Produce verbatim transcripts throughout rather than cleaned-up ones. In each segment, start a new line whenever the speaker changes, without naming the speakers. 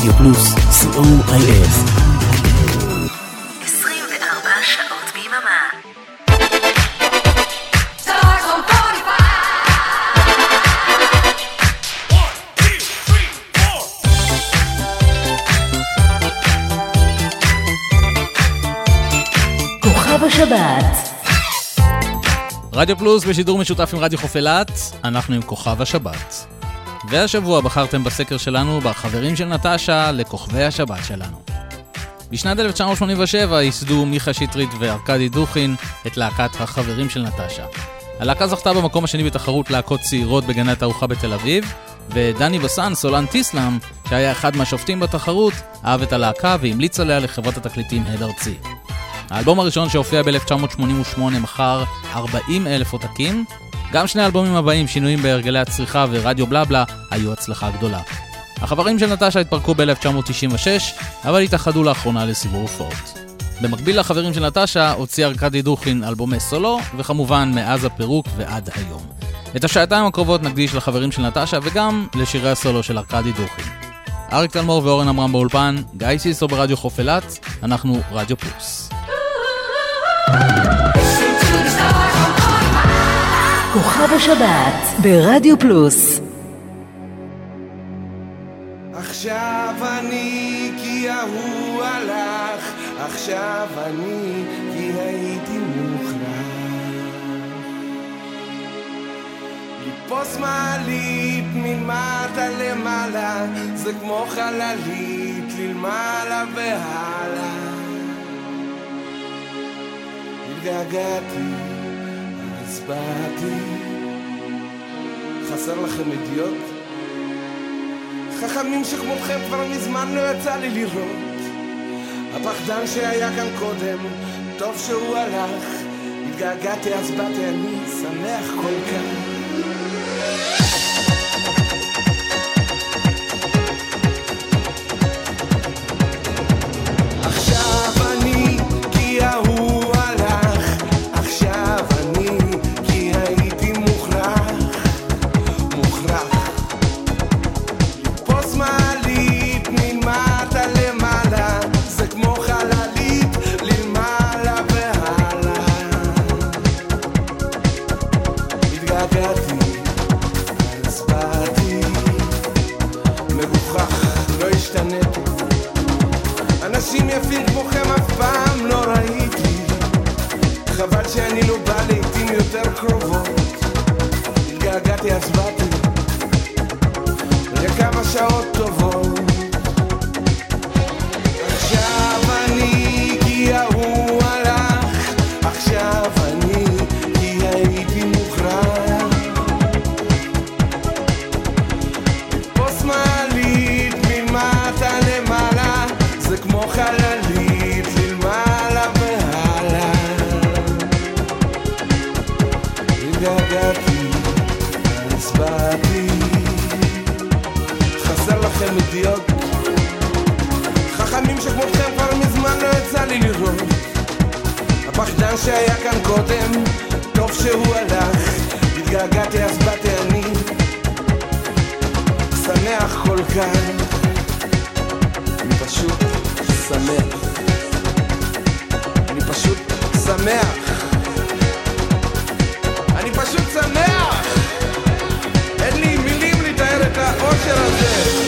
רדיו פלוס, סי או איי אס.
עשרים וארבע שעות ביממה.
כוכב השבת.
רדיו פלוס בשידור משותף עם רדיו חוף אילת, אנחנו עם כוכב השבת. והשבוע בחרתם בסקר שלנו בחברים של נטשה לכוכבי השבת שלנו. בשנת אלף תשע מאות שמונים ושבע ייסדו מיכה שטרית וארקדי דוכין את להקת החברים של נטשה. הלהקה זכתה במקום השני בתחרות להקות צעירות בגני התערוכה בתל אביב, ודני בסן, סולן טיסלם, שהיה אחד מהשופטים בתחרות, אהב את הלהקה והמליץ עליה לחברת התקליטים הד ארצי. האלבום הראשון שהופיע ב-אלף תשע מאות שמונים ושמונה מכר ארבעים אלף עותקים. גם שני האלבומים הבאים, שינויים בהרגלי הצריכה ורדיו בלבלה, היו הצלחה גדולה. החברים של נטשה התפרקו ב-אלף תשע מאות תשעים ושש, אבל התאחדו לאחרונה לסיבוב הופעות. במקביל לחברים של נטשה הוציא ארקדי דוכין אלבומי סולו, וכמובן מאז הפירוק ועד היום. את השעתיים הקרובות נקדיש לחברים של נטשה וגם לשירי הסולו של ארקדי דוכין. אריק תלמור ואורן אמרם באולפן, גיא סיסו ברדיו חוף אילת, אנחנו רדיו פלוס.
כוכב השבת ברדיו פלוס.
עכשיו אני כי ההוא הלך, עכשיו אני כי הייתי מוכרח ליפוס מעלית מלמטה למעלה, זה כמו חללית ללמעלה והלאה. התגעגעתי, אז באתי, חסר לכם אידיוט? חכמים שכמותכם כבר מזמן לא יצא לי לראות. הפחדן שהיה כאן קודם, טוב שהוא הלך. התגעגעתי, אז באתי, אני שמח כל כך. אנשים יפים כמוכם אף פעם לא ראיתי, חבל שאני לא בא לעתים יותר קרובות. התגעגעתי, אז באתי לכמה שעות טובות. עכשיו אני כי ההוא הלך, עכשיו אני כי הייתי מוכרח לתפוס מעלית מלמטה למעלה, זה כמו חללית ללמעלה והלאה. התגעגעתי, אז באתי, חסר לכם אידיוט? חכמים שכמותכם כבר מזמן לא יצא לי לראות. הפחדן שהיה כאן קודם, טוב שהוא הלך. התגעגעתי, אז באתי, אני שמח כל כך. אני פשוט שמח, אני פשוט שמח, אני פשוט שמח. אין לי מילים לתאר את האושר הזה.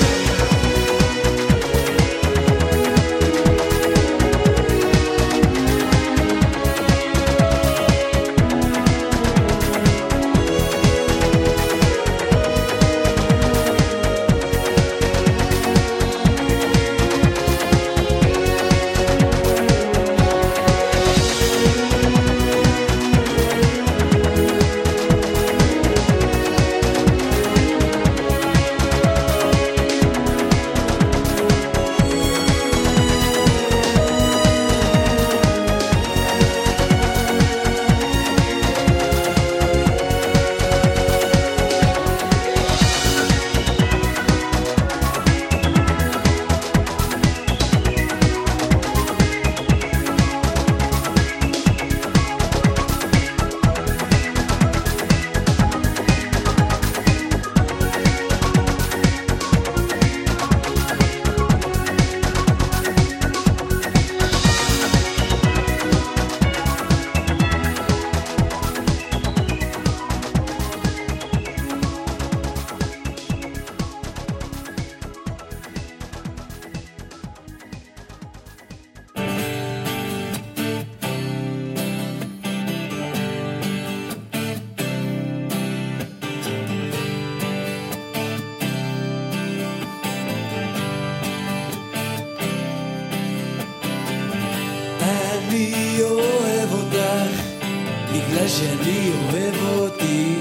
בגלל שאני אוהב אותי,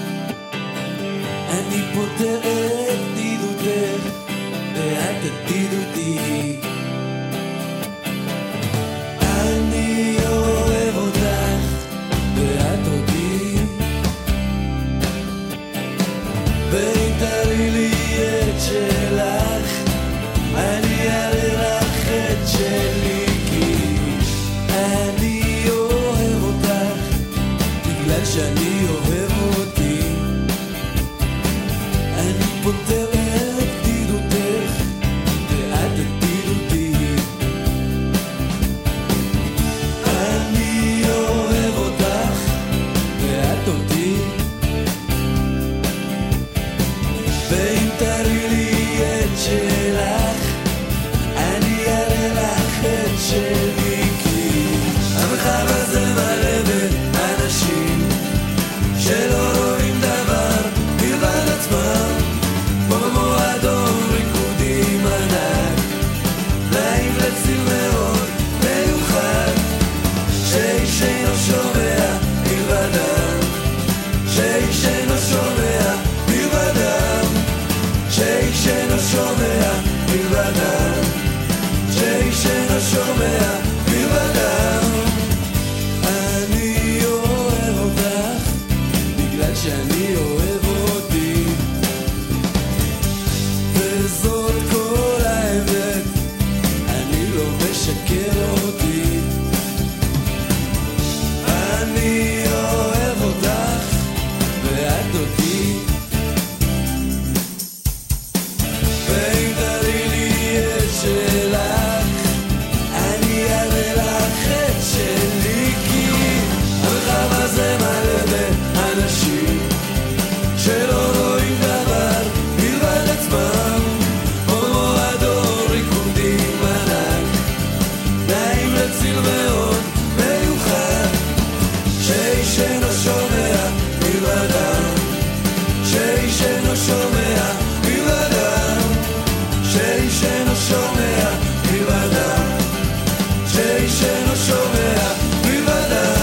אני פותר את בדידותך ואת את בדידותי. אני אוהב אותך ואת אותי, ואם תראי לי את שלך אני אראה לך את שלי, כי אני אוהב אותך בגלל שאני אוהב אותי, אני פותר את בדידותך ואת את בדידותי. אני אוהב אותך ואת אותי, ואם תראי לי את שלך אני אראה לך את שלי, כי המרחב הזה מלא באנשים שלא רואים דבר מלבד עצמם, כמו במועדון ריקודים ענק, נעים לציל מאוד מיוחד, שאיש אינו שומע מלבדם, שאיש אינו שומע מלבדם, שאיש אינו שומע מלבדם, שאיש אינו שומע מלבדם. אני אוהב אותך בגלל שאני אוהב אותי, וזאת כל האמת, אני לא משקר אותי. אני אוהב אותך ואת אותי, ואם תראי לי את שלך אני אראה לך את שלי, כי המרחב הזה מלא באנשים שלא רואים דבר מלבד עצמם, כמו במועדון ריקודים ענק, נעים לציל מאוד מיוחד, שאיש אינו שומע מלבדם, שאיש אינו שומע מלבדם, שאיש אינו שומע מלבדם, שאיש אינו שומע מלבדם.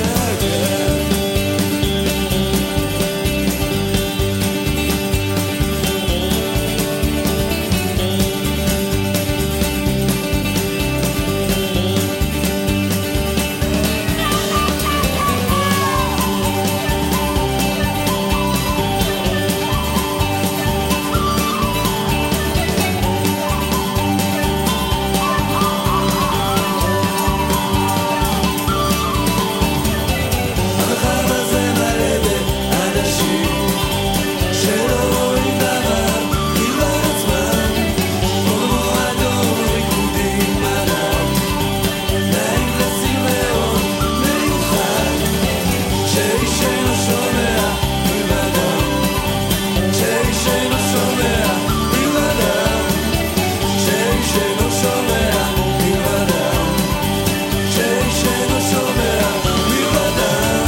המרחב הזה מלא באנשים שלא רואים דבר מלבד עצמם, כמו במועדון ריקודים ענק, נעים לשים מאוד מיוחד, שאיש אינו שומע מלבדם, שאיש אינו שומע מלבדם, שאיש אינו שומע מלבדם, שאיש אינו שומע מלבדם.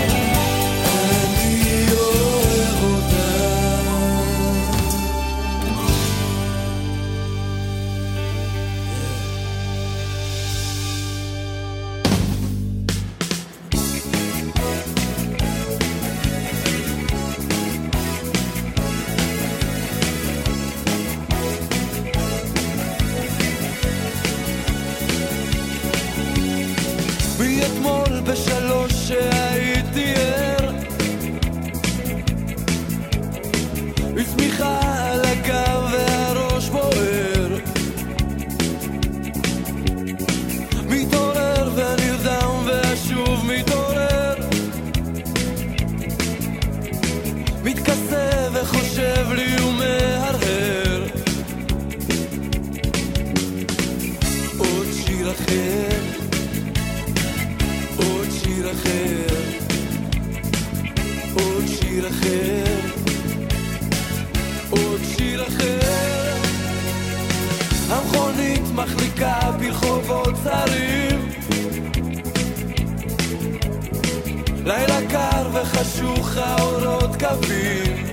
אני אוהב אותך. מאתמול בשלוש שהייתי ער, ושמיכה על הגב והראש בוער, מתעורר ונרדם ושוב מתעורר, מתכסה וחושב לי ומהרהר, עוד שיר אחר, עוד שיר אחר, עוד שיר אחר, עוד שיר אחר. המכונית מחליקה ברחובות צרים, לילה קר וחשוך האורות קווים,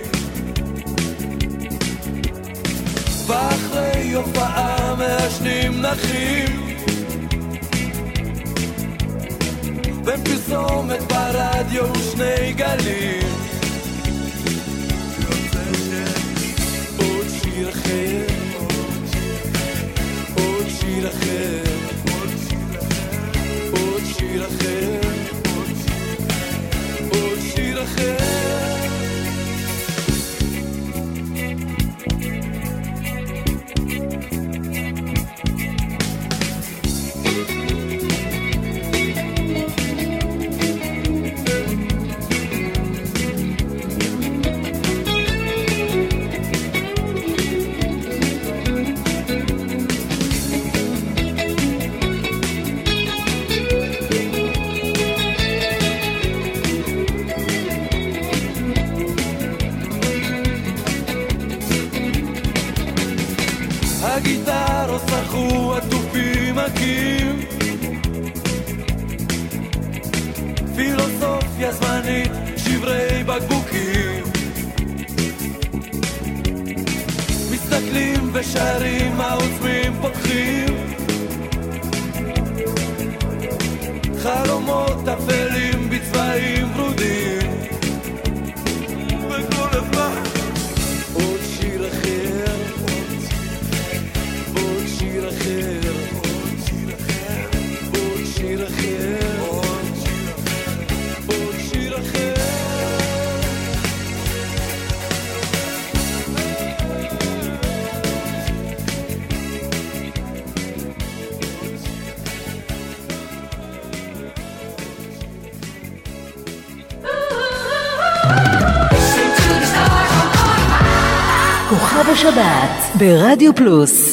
ואחרי הופעה מעשנים נחים, בין פרסומת ברדיו ושני גלים. עוד שיר אחר, עוד שיר אחר, עוד שיר אחר, עוד שיר אחר. הגיטרות שרחו, התופים מכים, פילוסופיה זמנית, שברי בקבוקים, מסתכלים ושרים, העוצמים פותחים, חלומות אפלים בצבעים ורודים, וכל הזמן עוד שיר אחר, עוד שיר אחר, עוד שיר אחר, עוד שיר אחר.
כוכב השבת ברדיו פלוס.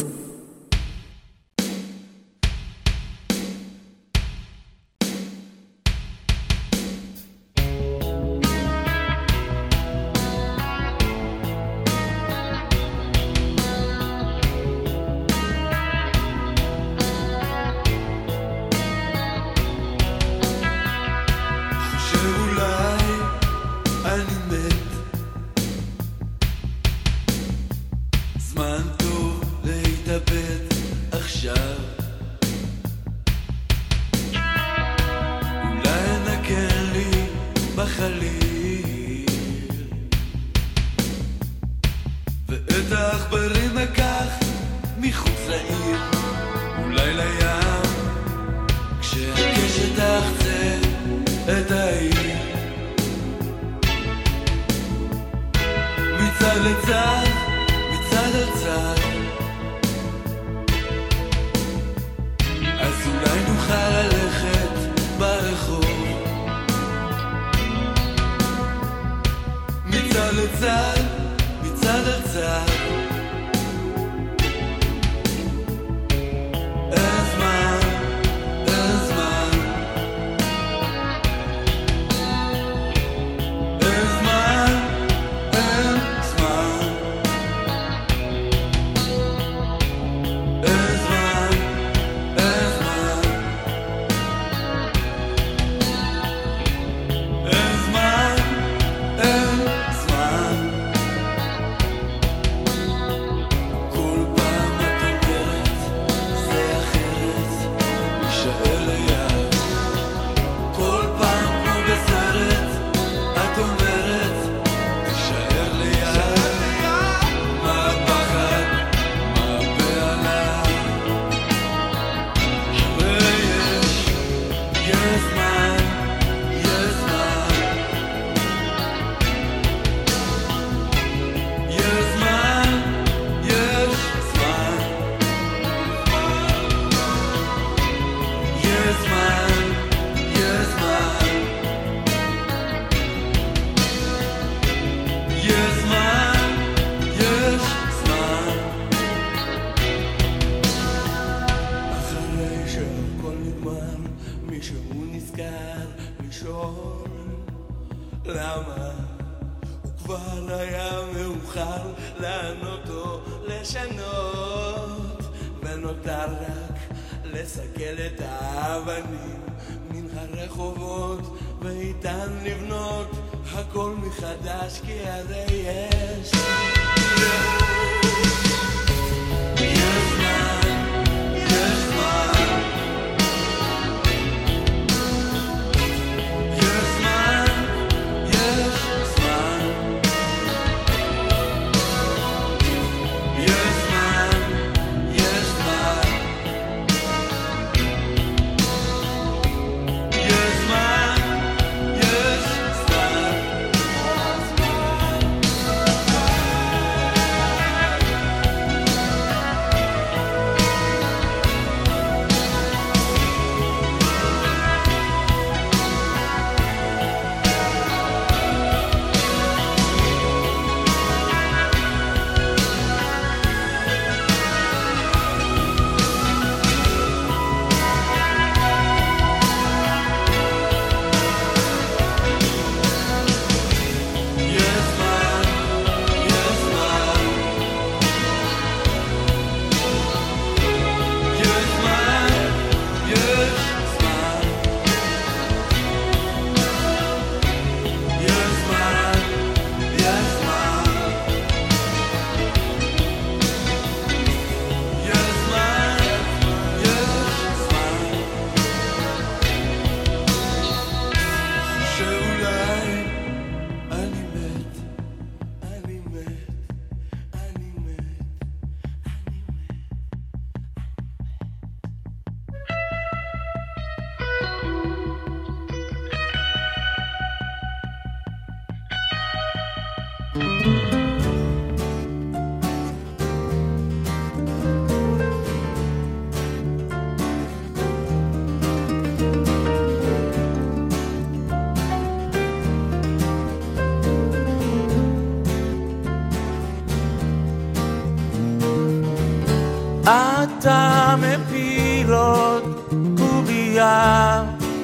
אתה מפיל עוד קובייה,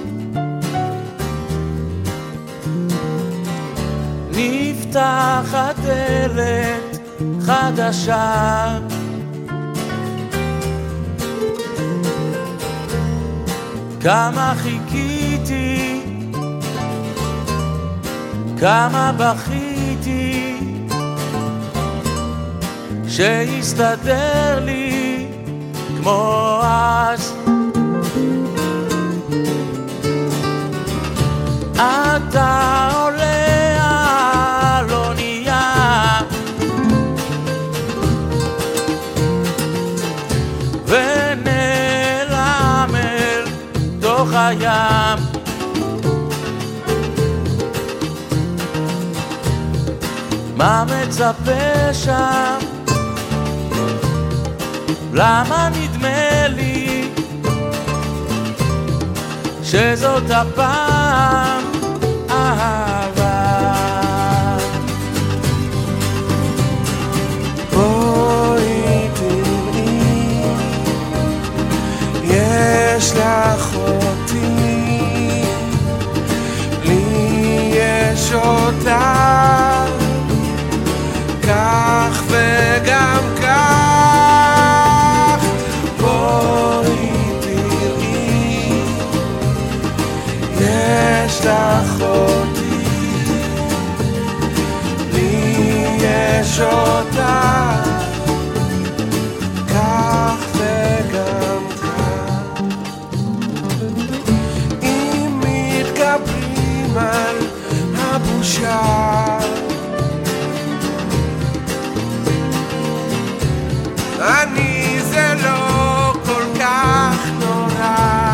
נפתחת דלת חדשה, כמה חיכיתי, כמה בכיתי, שיסתדר לי כמו אז. אתה עולה על אונייה ונעלם אל תוך הים, מה מצפה שם? למה נדמה לי שזאת הפעם אהבה? בואי תראי, יש לך אותי, לי יש אותה, כך וגם כך. בואי תראי, יש לך אותי, לי יש אותה, כך וגם כך. אם מתגברים על הבושה, אני זה לא כל כך נורא,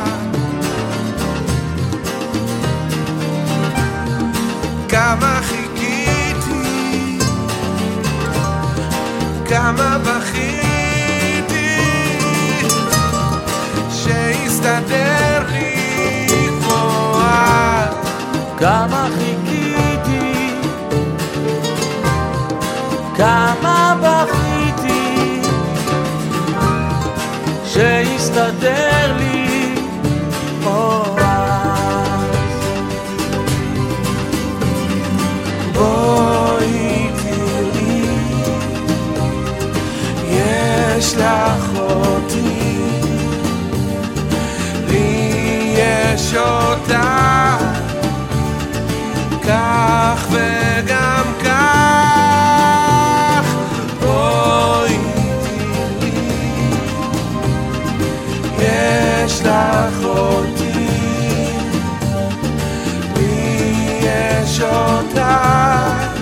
כמה חיכיתי, כמה בכיתי, שיסתדר לי כמו אז. כמה חיכיתי, כמה בכיתי, שיסתדר לי כמו אז. בואי תראי, יש לך אותי, לי יש אותה, כך וגם כך. בואי תראי, יש לך אותי, לי יש אותה,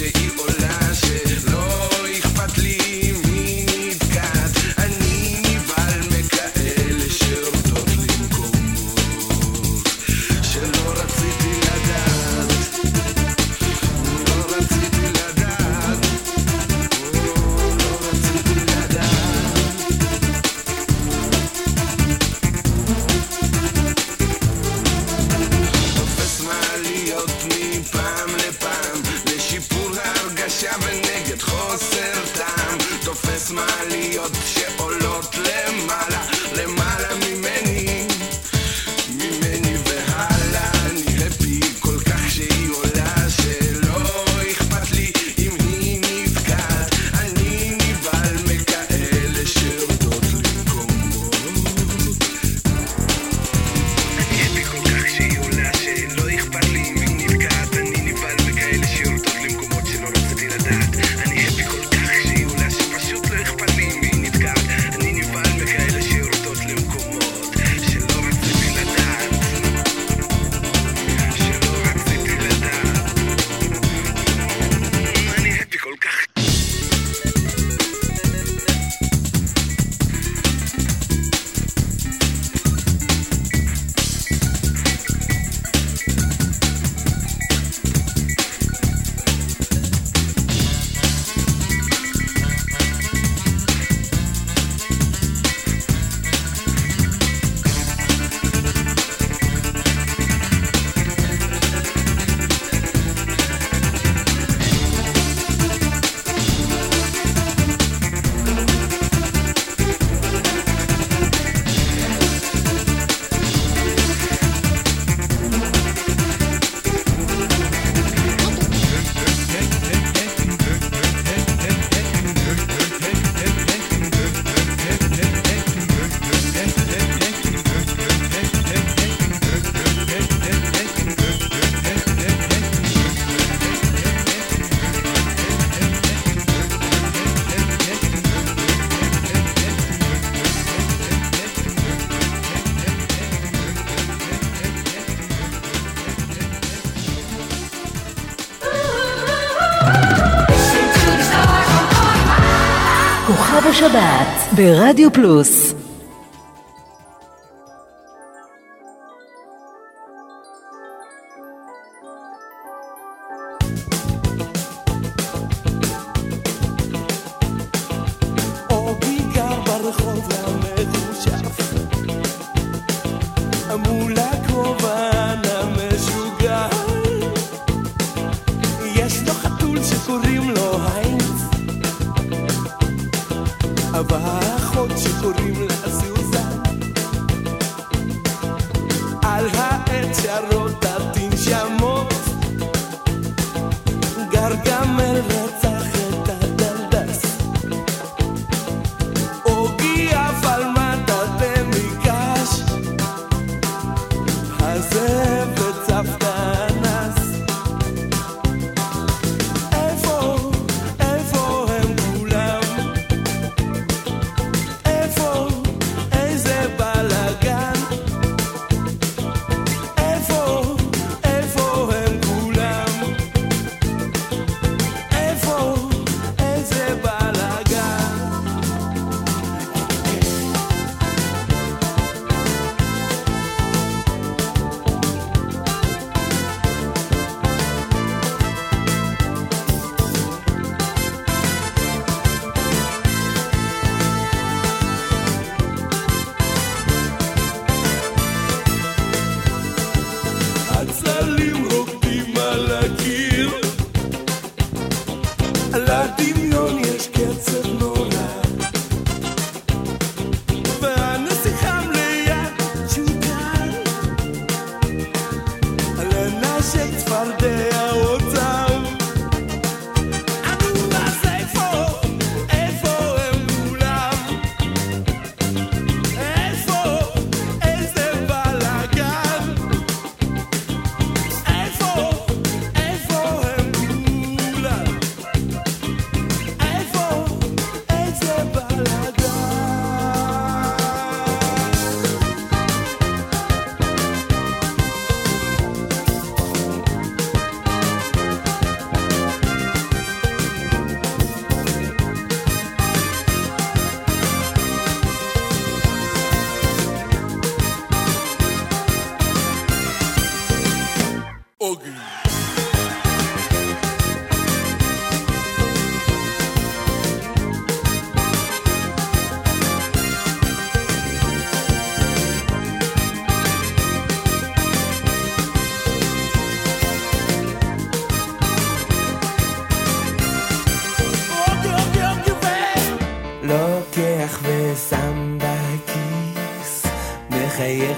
שהיא עולה שלא אכפת לי מי נתקעת אני נבהל מכאלה שיורדות למקומות שלא רציתי לדעת לא רציתי לדעת לא רציתי לדעת תופס מעליות מפעם לפעם לשיפור ההרגשה ונגד חוסר טעם תופס מעליות שעולות למעלה למעלה ממני ממני והלאה אני הפי כל כך שהיא עולה שלא אכפת לי אם היא נתקעת אני נבהל מכאלה שיורדות למקומות אני הפי כל כך שהיא עולה שלא אכפת לי אם היא נתקעת אני נבהל מכאלה שיורדות למקומות שלא רציתי לדעת אני הפי כל כך שהיא עולה שפשוט לא אכפת לי אם היא נתקעת אני נבהל מכאלה שיורדות למקומות שלא רציתי לדעת שלא רציתי לדעת אני הפי כל כך
כוכב השבת ברדיו פלוס.
אובי גר ברחוב המחושף מול הכובן המשוגע יש לו חתול שקוראים לו היינץ ואחות שקוראים לה סוזן על העץ שרות התנשמות גרגמל רצח את הדלדס אוגי אבל מטאטא מקש הזאב וצפת אנס איפה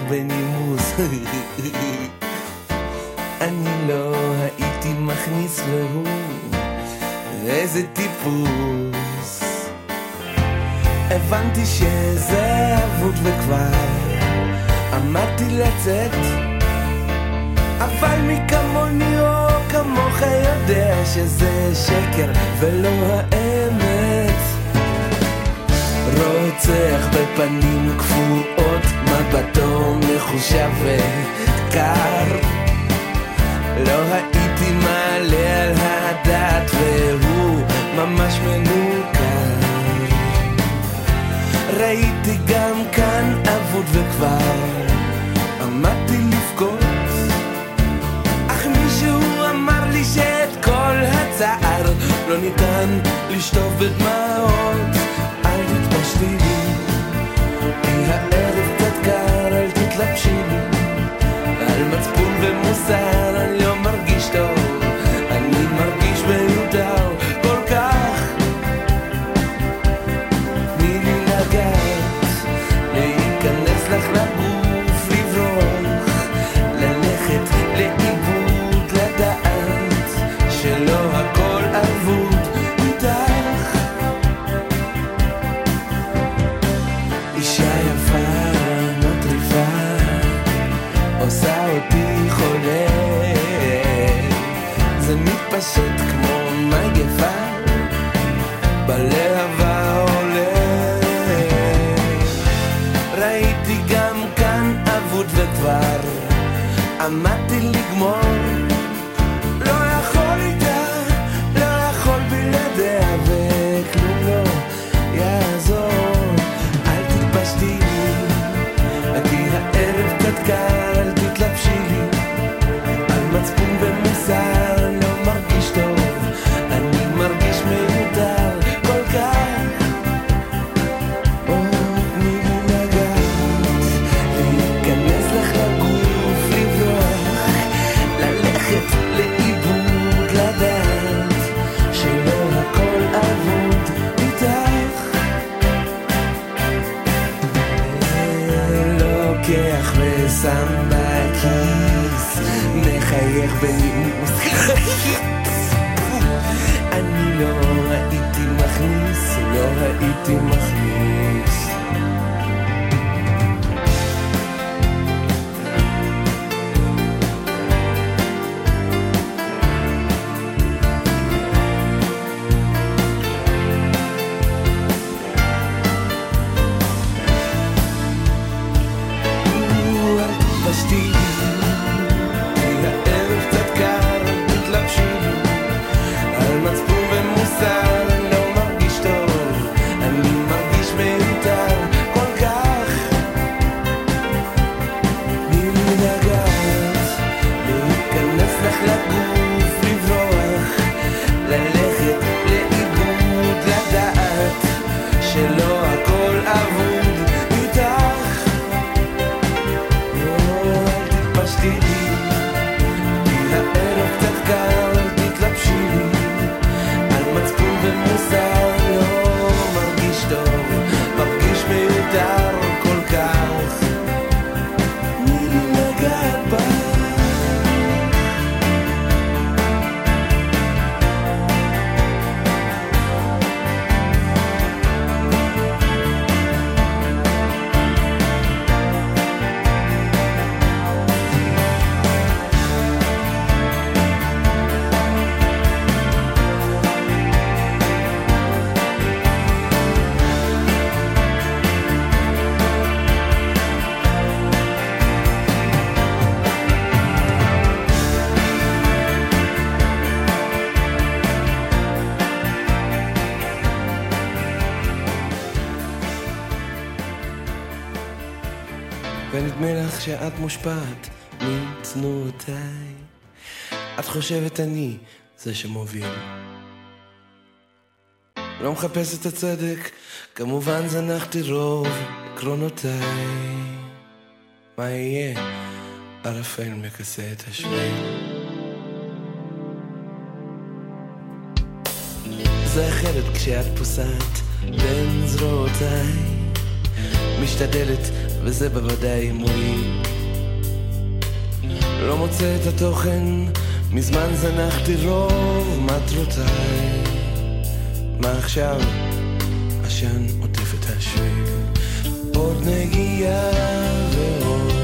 בנימוס. אני לא הייתי מכניס והוא איזה טיפוס. הבנתי שזה אבוד וכבר עמדתי לצאת, אבל מי כמוני או כמוך יודע שזה שקר ולא האמת. רוצח בפנים כפועות, מבטו מחושב וקר. לא הייתי מעלה על הדעת והוא ממש מנוכר. ראיתי גם כאן אבוד וכבר עמדתי לבכות, אך מישהו אמר לי שאת כל הצער לא ניתן לשטוף בדמעות. אל תתפשטי לי, כי הערב קצת קר, אל תתלבשי לי על מצפון ומוסר. אני לא מרגיש טוב, אני מרגיש מיותר כל כך. תני לי לגעת, להיכנס לך לגוף, לברוח, ללכת לאיבוד, לדעת שלא הכל אבוד איתך. אישה יפה, מטריפה, עושה אותי חולה. זה מתפשט כמו מגפה, בלהבה עולה. ראיתי גם כאן אבוד וכבר עמדתי לגמור. לא יכול איתה, לא יכול בלעדיה, וכלום לא יעזור. אל תתפשטי לי, כי הערב קצת קר, אל תתלבשי לי על מצפון ומוסר. אני לא מרגיש טוב, אני מרגיש מיותר כל כך. או תני לי לגעת, להיכנס לך לגוף, לברוח, ללכת לאיבוד, לדעת שלא הכל אבוד איתך. לוקח ושם בכיס, מחייך בנימוס. אני לא הייתי מכניס, לא הייתי מכניס. ונדמה לך שאת מושפעת מתנועותיי. את חושבת אני זה שמוביל, לא מחפש את הצדק, כמובן זנחתי רוב עקרונותיי. מה יהיה? ערפל מכסה את השביל. זה אחרת כשאת פוסעת בין זרועותיי, משתדלת וזה בוודאי מועיל. לא מוצא את התוכן, מזמן זנחתי רוב מטרותיי. מה עכשיו? עשן עוטף את השביל, עוד נגיעה ועוד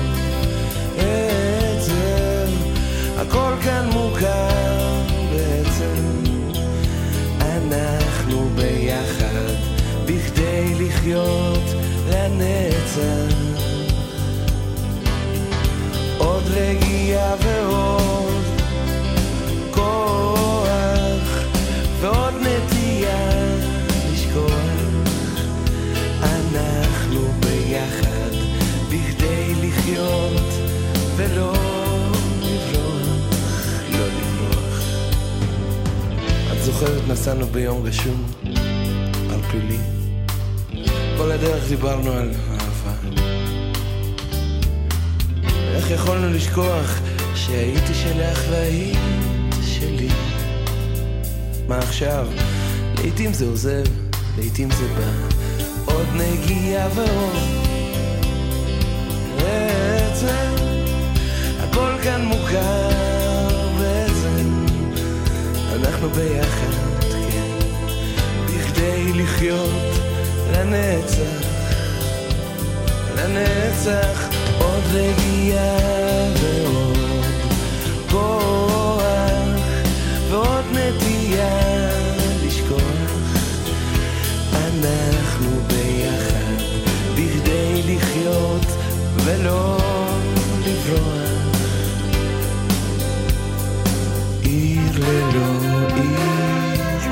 עצב, הכל כאן מוכר בעצם. אנחנו ביחד בכדי לחיות לנצח, עוד רגיעה ועוד כוח ועוד נטייה לשכוח. אנחנו ביחד בכדי לחיות ולא לברוח, לא לברוח. את זוכרת נסענו ביום רשום על פילי, כל הדרך דיברנו על אהבה. איך יכולנו לשכוח שהייתי שלך והיית שלי? מה עכשיו? לעתים זה עוזב, לעתים זה בא, עוד נגיעה ועוד רצן, הכל כאן מוכר בעצם. אנחנו ביחד, כן, בכדי לחיות לנצח, לנצח. עוד רגיעה ועוד כוח ועוד נטייה לשכוח. אנחנו ביחד בכדי לחיות ולא לברוח. עיר ללא עיר,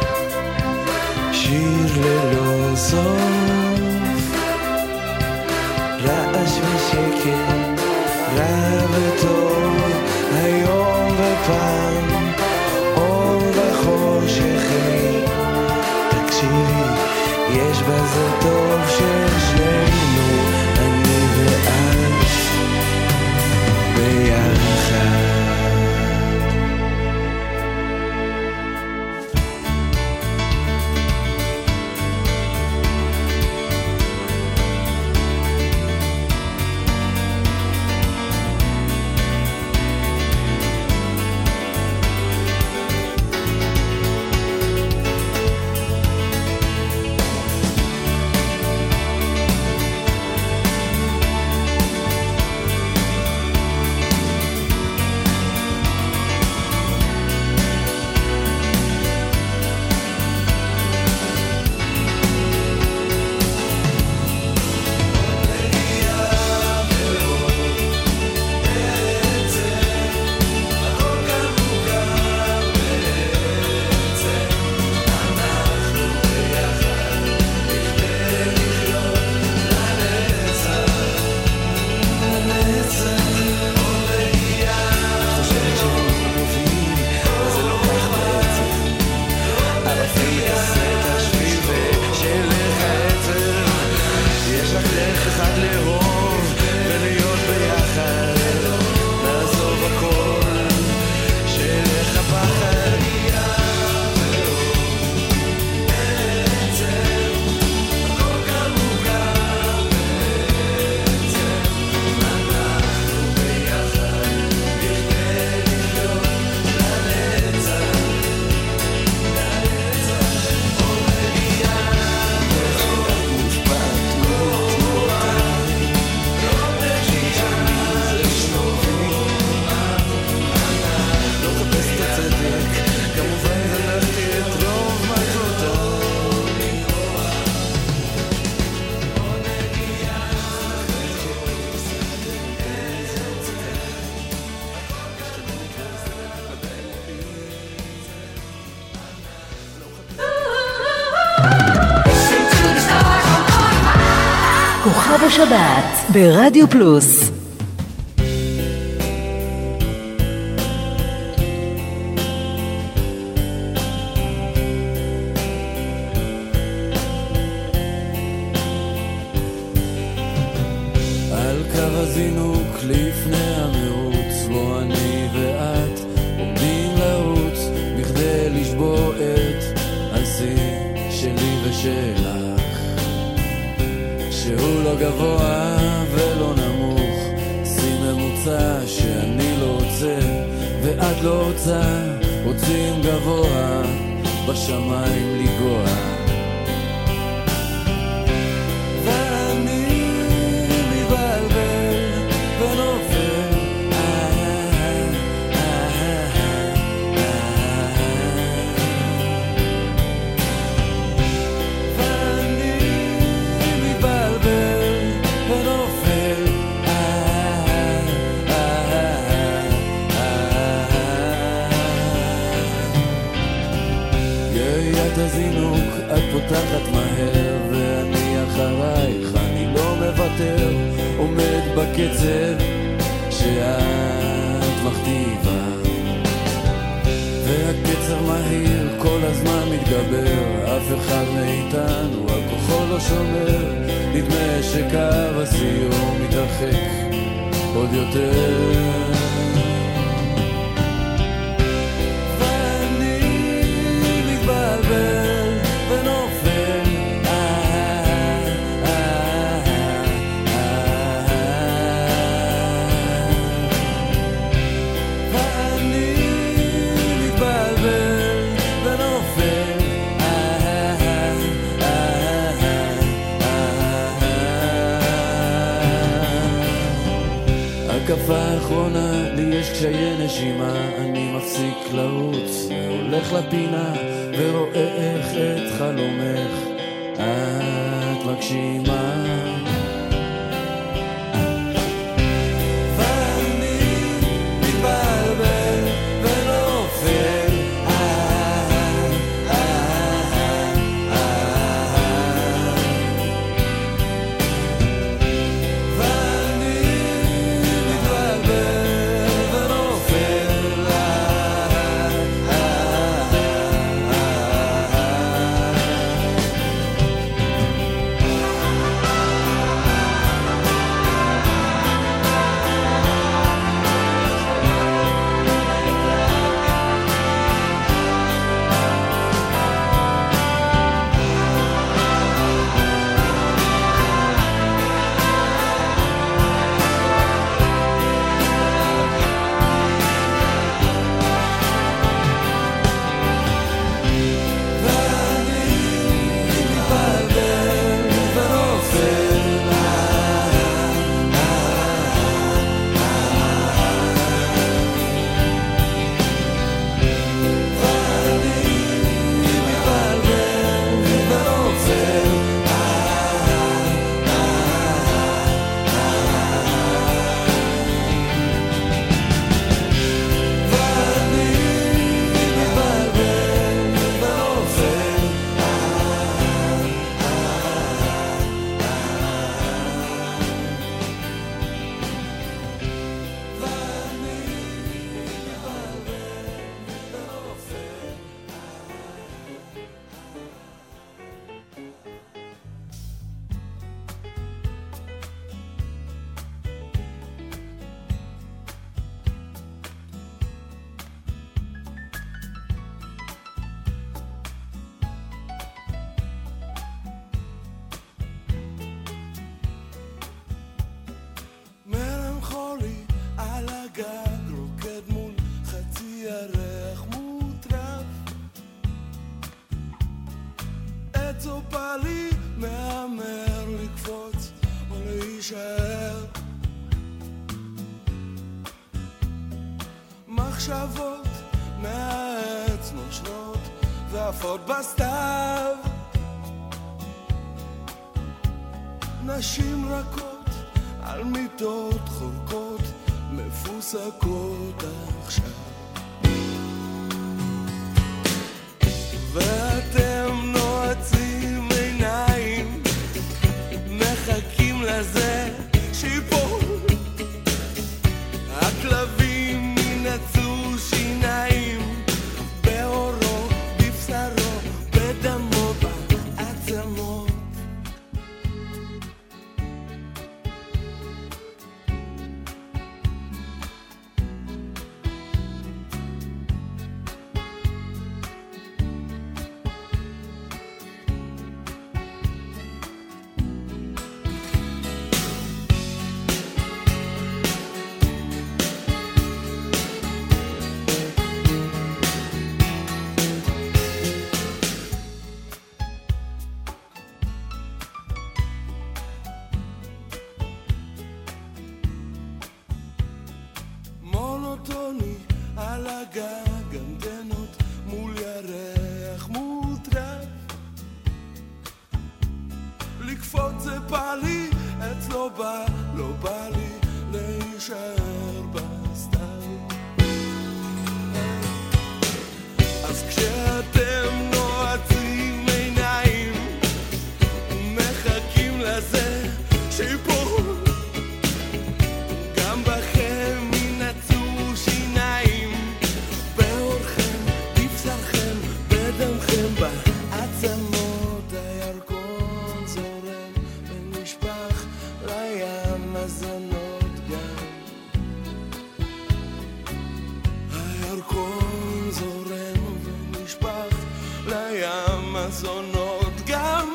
שיר ללא סוף, רעש ושקט, רע וטוב, היום ופעם, אור וחושך. תקשיבי, יש בזה טוב של שנינו, אני ואת ביחד.
כוכב השבת ברדיו פלוס.
על קו הזינוק לפני המרוץ, בו אני ואת עומדים לרוץ בכדי לשבור את השיא שלי ושלך, שהוא לא גבוה מתחת להוצא, רוצים גבוה, בשמיים לגוע. ואני מבלבל ונופל, ואני מבלבל ונופל. יריית הזינוק, את פותחת מהר ואני אחרייך, אני לא מוותר, עומד בקצב שאת מכתיבה, והקצר מהיר כל הזמן מתגבר, אף אחד מאיתנו על כוחו לא שומר, נדמה שקו הסיום מתרחק עוד יותר. ונופל, ואני מתבלבל ונופל. הקפה האחרונה, לי יש קשיי נשימה, אני מפסיק לרוץ והולך לפינה ורואה איך את חלומך את מגשימה. ואני מתבלבל ונופל, ואני מתבלבל ונופל. מצופה לי מאמר לקפוץ או להישאר. מחשבות מעץ נושנות ועפות בסתיו, נשים רכות על מיטות חורקות מפוסקות עכשיו, ואתם נועצים עיניים מחכים לזה שיפול. הכלבים ינצו שיניים באורו, בבשרו, בדמו, בעצמות.
שיפול, גם בכם ינצו שיניים, באורכם, בבשרכם, בדמכם, בעצמות הירקון זורם ונשפך לים הזונות גם. הירקון זורם ונשפך לים הזונות גם.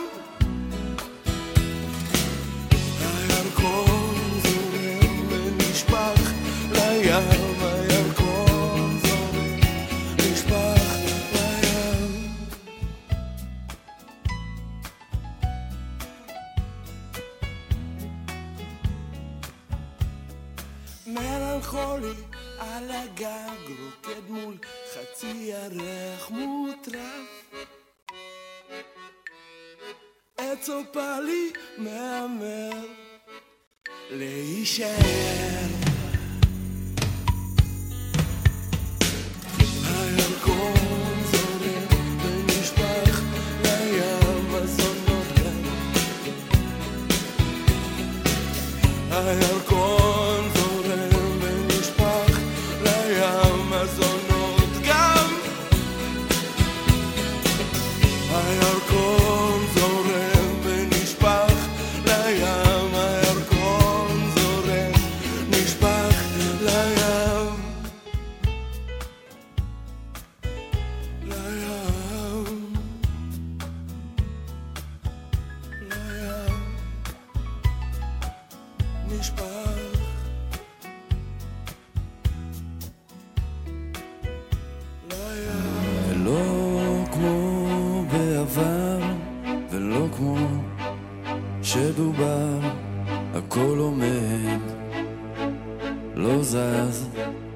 הירקון זורם ונשפך לים, הירקון זורם נשפך לים. מלנכולי על הגג רוקד מול חצי ירח מוטרף, עץ אופלי מאמר להישאר. הירקון זורם ונשפך לים הזונות גם. הירקון זורם ונשפך לים הזונות גם. הירקון זורם ונשפך לים, הירקון זורם נשפך לים. לים, לים, נשפך.
ולא כמו בעבר, ולא כמו שדובר, הכל עומד, לא זז.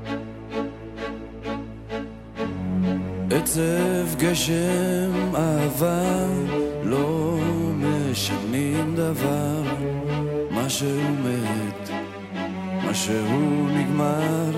עצב, גשם, אהבה, לא משנים דבר. מה שהוא מת, מה שהוא נגמר.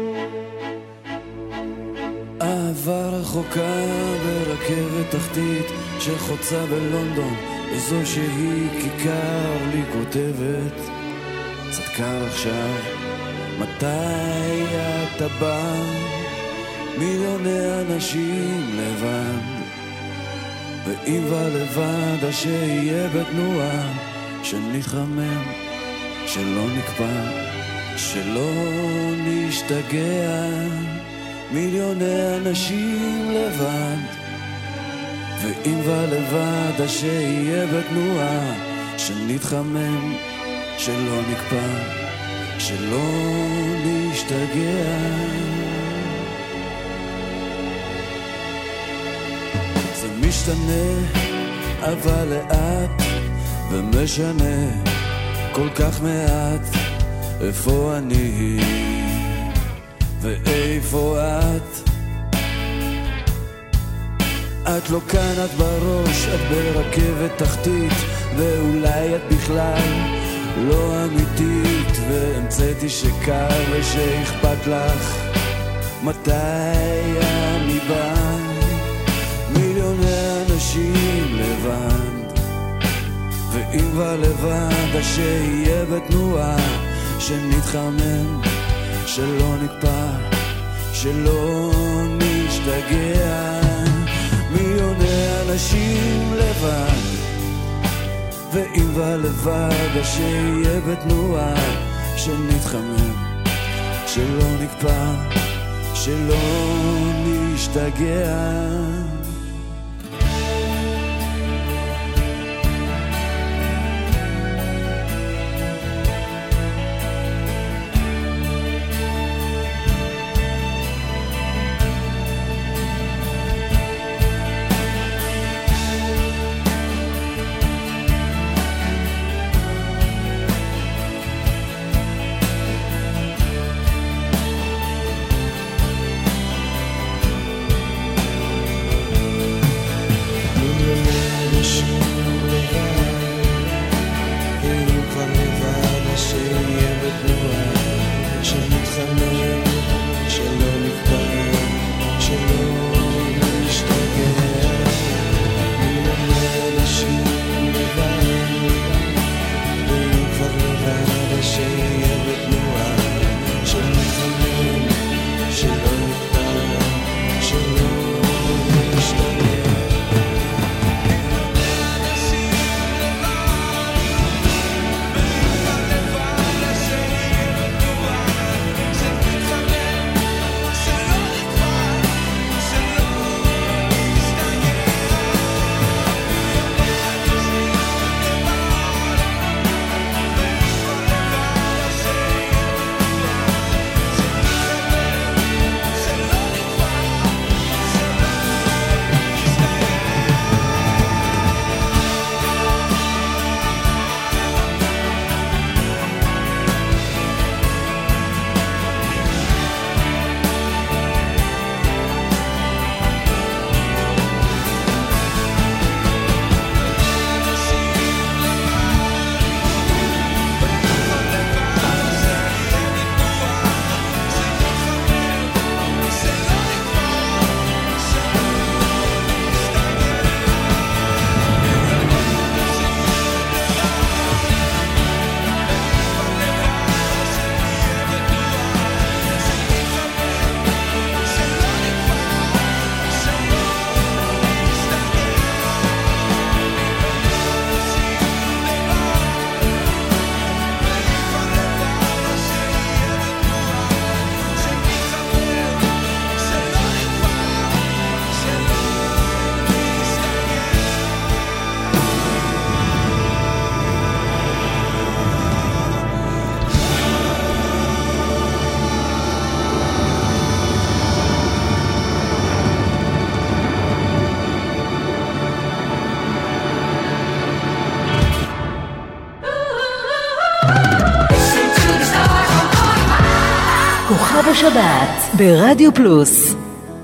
אהבה רחוקה ברכבת תחתית שחוצה בלונדון, איזו שהיא כיכר לי כותבת, קצת קר עכשיו, מתי אתה בא? מיליוני אנשים לבד, ואם ולבד שיהיה בתנועה, שנתחמם, שלא נקפא, שלא נשתגע. מיליוני אנשים לבד, ואם ולבד שיהיה בתנועה, שנתחמם, שלא נקפא, שלא נשתגע. זה משתנה אבל לאט, ומשנה כל כך מעט. איפה אני ואיפה את? את לא כאן, את בראש, את ברכבת תחתית, ואולי את בכלל לא אמיתית, והמצאתי שקר ושאכפת לך מתי אני בא. מיליוני אנשים לבד, ואם ולבד שיהיה בתנועה, שנתחמם, שלא נקפא, שלא נשתגע. מיליוני אנשים לבד, ואם ולבד שיהיה בתנועה, שנתחמם, שלא נקפא, שלא נשתגע.
השבת ברדיו פלוס.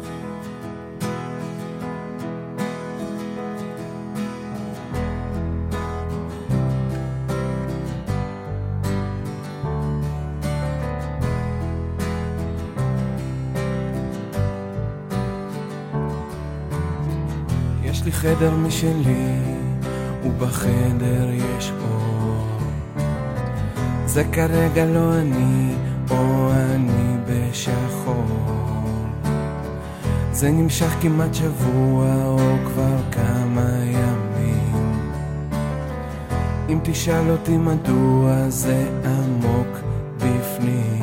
יש לי חדר משלי ובחדר יש אור, זה כרגע לא אני או אני בשחור, זה נמשך כמעט שבוע או כבר כמה ימים, אם תשאל אותי מדוע זה עמוק בפנים.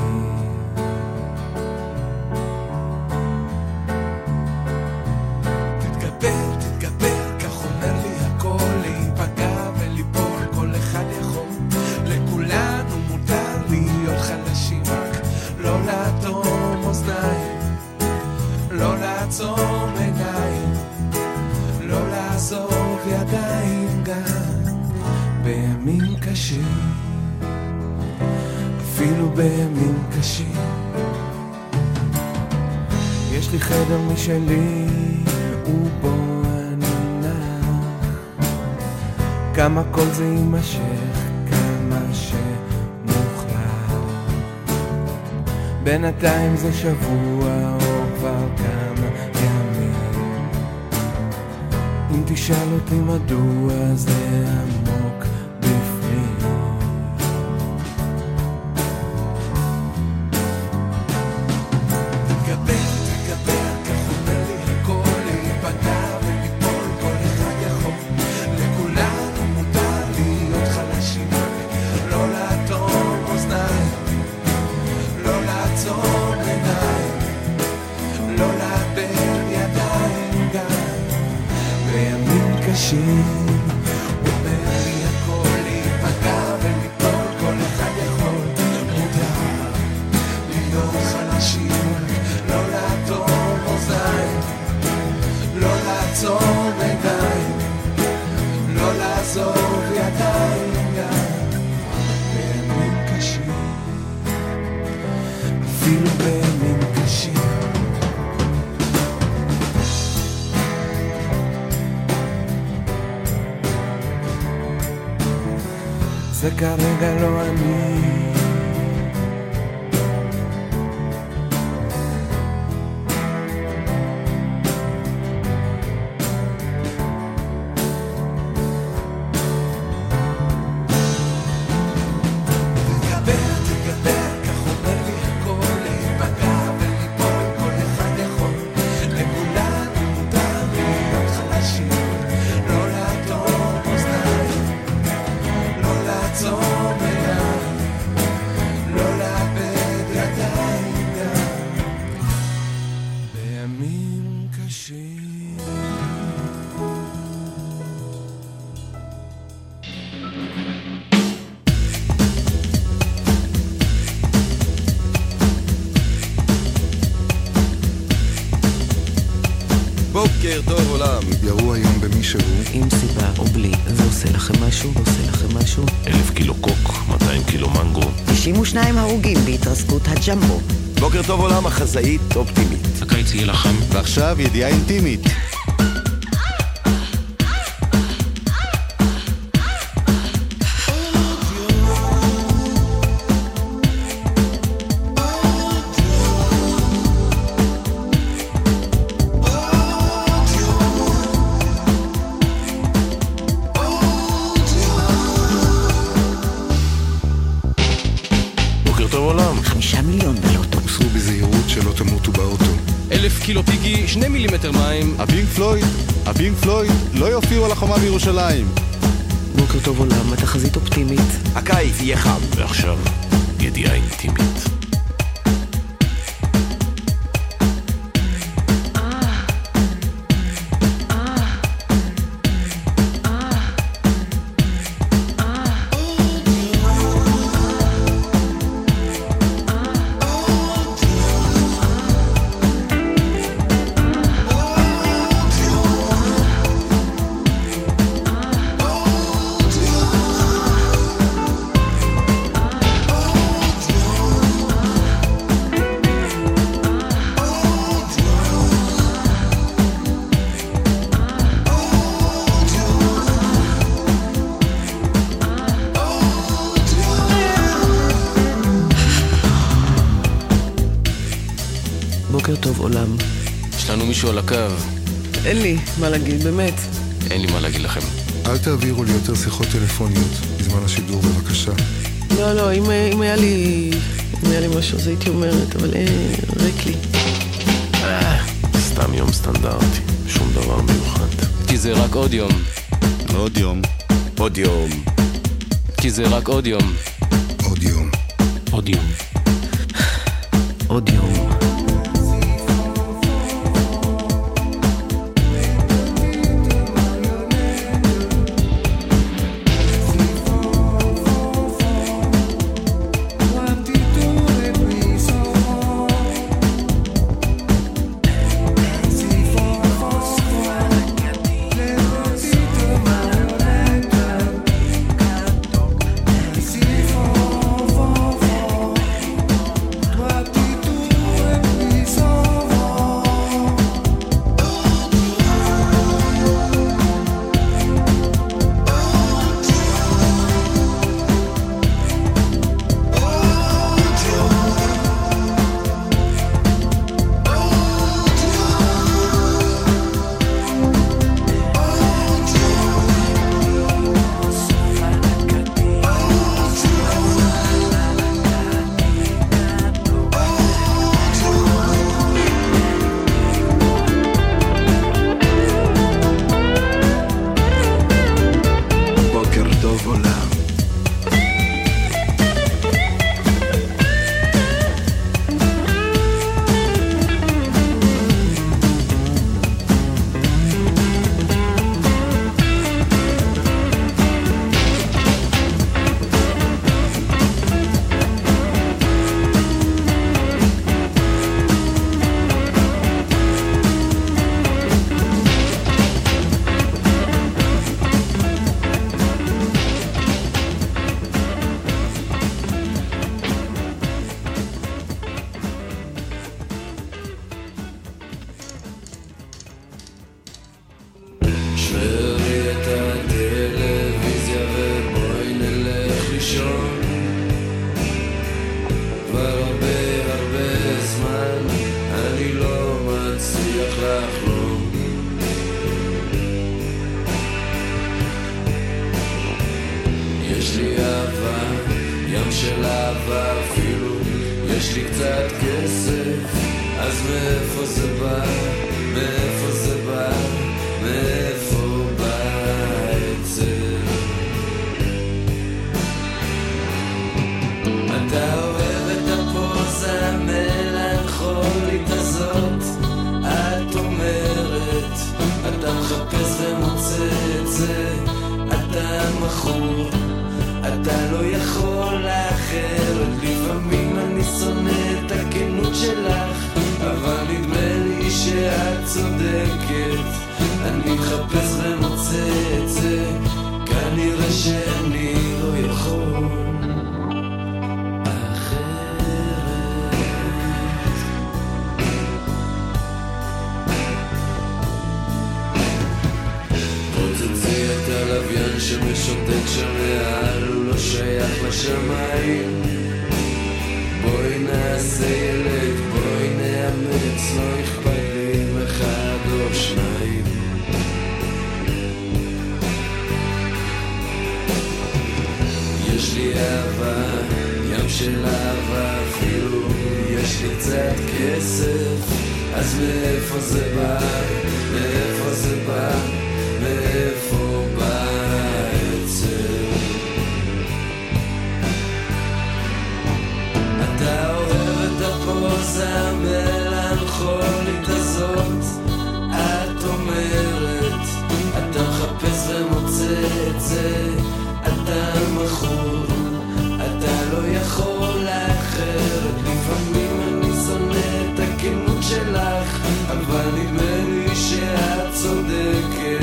אפילו בימים קשים יש לי חדר משלי ובו אני נח, כמה כל זה יימשך, כמה שמוחלט, בינתיים זה שבוע או כבר כמה ימים, אם תשאל אותי מדוע זה עמוק בפנים. זה כרגע לא אני,
בוקר טוב עולם.
ירו היום במישהו
עם סיבה או בלי, זה עושה לכם משהו? עושה לכם משהו?
אלף קילו קוק, מאתיים קילו מנגו,
תשעים ושניים הרוגים בהתרסקות הג'מבו.
בוקר טוב עולם, החזאית אופטימית.
הקיץ יהיה לכם.
ועכשיו ידיעה אינטימית.
קילו פיגי, שני מילימטר מים.
הפינק פלויד, הפינק פלויד לא יופיעו על החומה בירושלים.
בוקר טוב עולם, התחזית אופטימית.
הקיץ יהיה חם.
ועכשיו, ידיעה אינטימית.
בוקר טוב עולם.
יש לנו מישהו על הקו.
אין לי מה להגיד, באמת.
אין לי מה להגיד לכם.
אל תעבירו לי יותר שיחות טלפוניות בזמן השידור, בבקשה.
לא, לא, אם, אם היה לי אם היה לי משהו זה הייתי אומרת, אבל אין, ריק לי.
סתם יום סטנדרטי, שום דבר מיוחד. כי זה רק עוד יום.
עוד יום.
עוד יום. כי זה רק עוד יום.
עוד יום.
עוד יום.
עוד יום.
שמשוטט שם מעל, הוא לא שייך לשמיים. בואי נעשה ילד, בואי נאמץ, לא אכפת לי אם אחד או שניים. יש לי אהבה, ים של אהבה, אפילו יש לי קצת כסף. אז מאיפה זה בא? מאיפה זה בא? מאיפה בא? אתה אוהב את הפוזה המלנכולית הזאת, את אומרת, אתה מחפש ומוצא את זה, אתה מכור, אתה לא יכול לאחרת. לפעמים אני שונא את הכנות שלך, אבל נדמה לי שאת צודקת.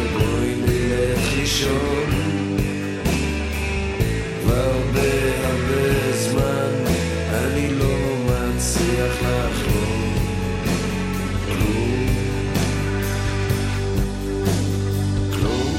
ובואי נלך לישון. כבר הרבה הרבה זמן אני לא מצליח לחלום כלום, כלום.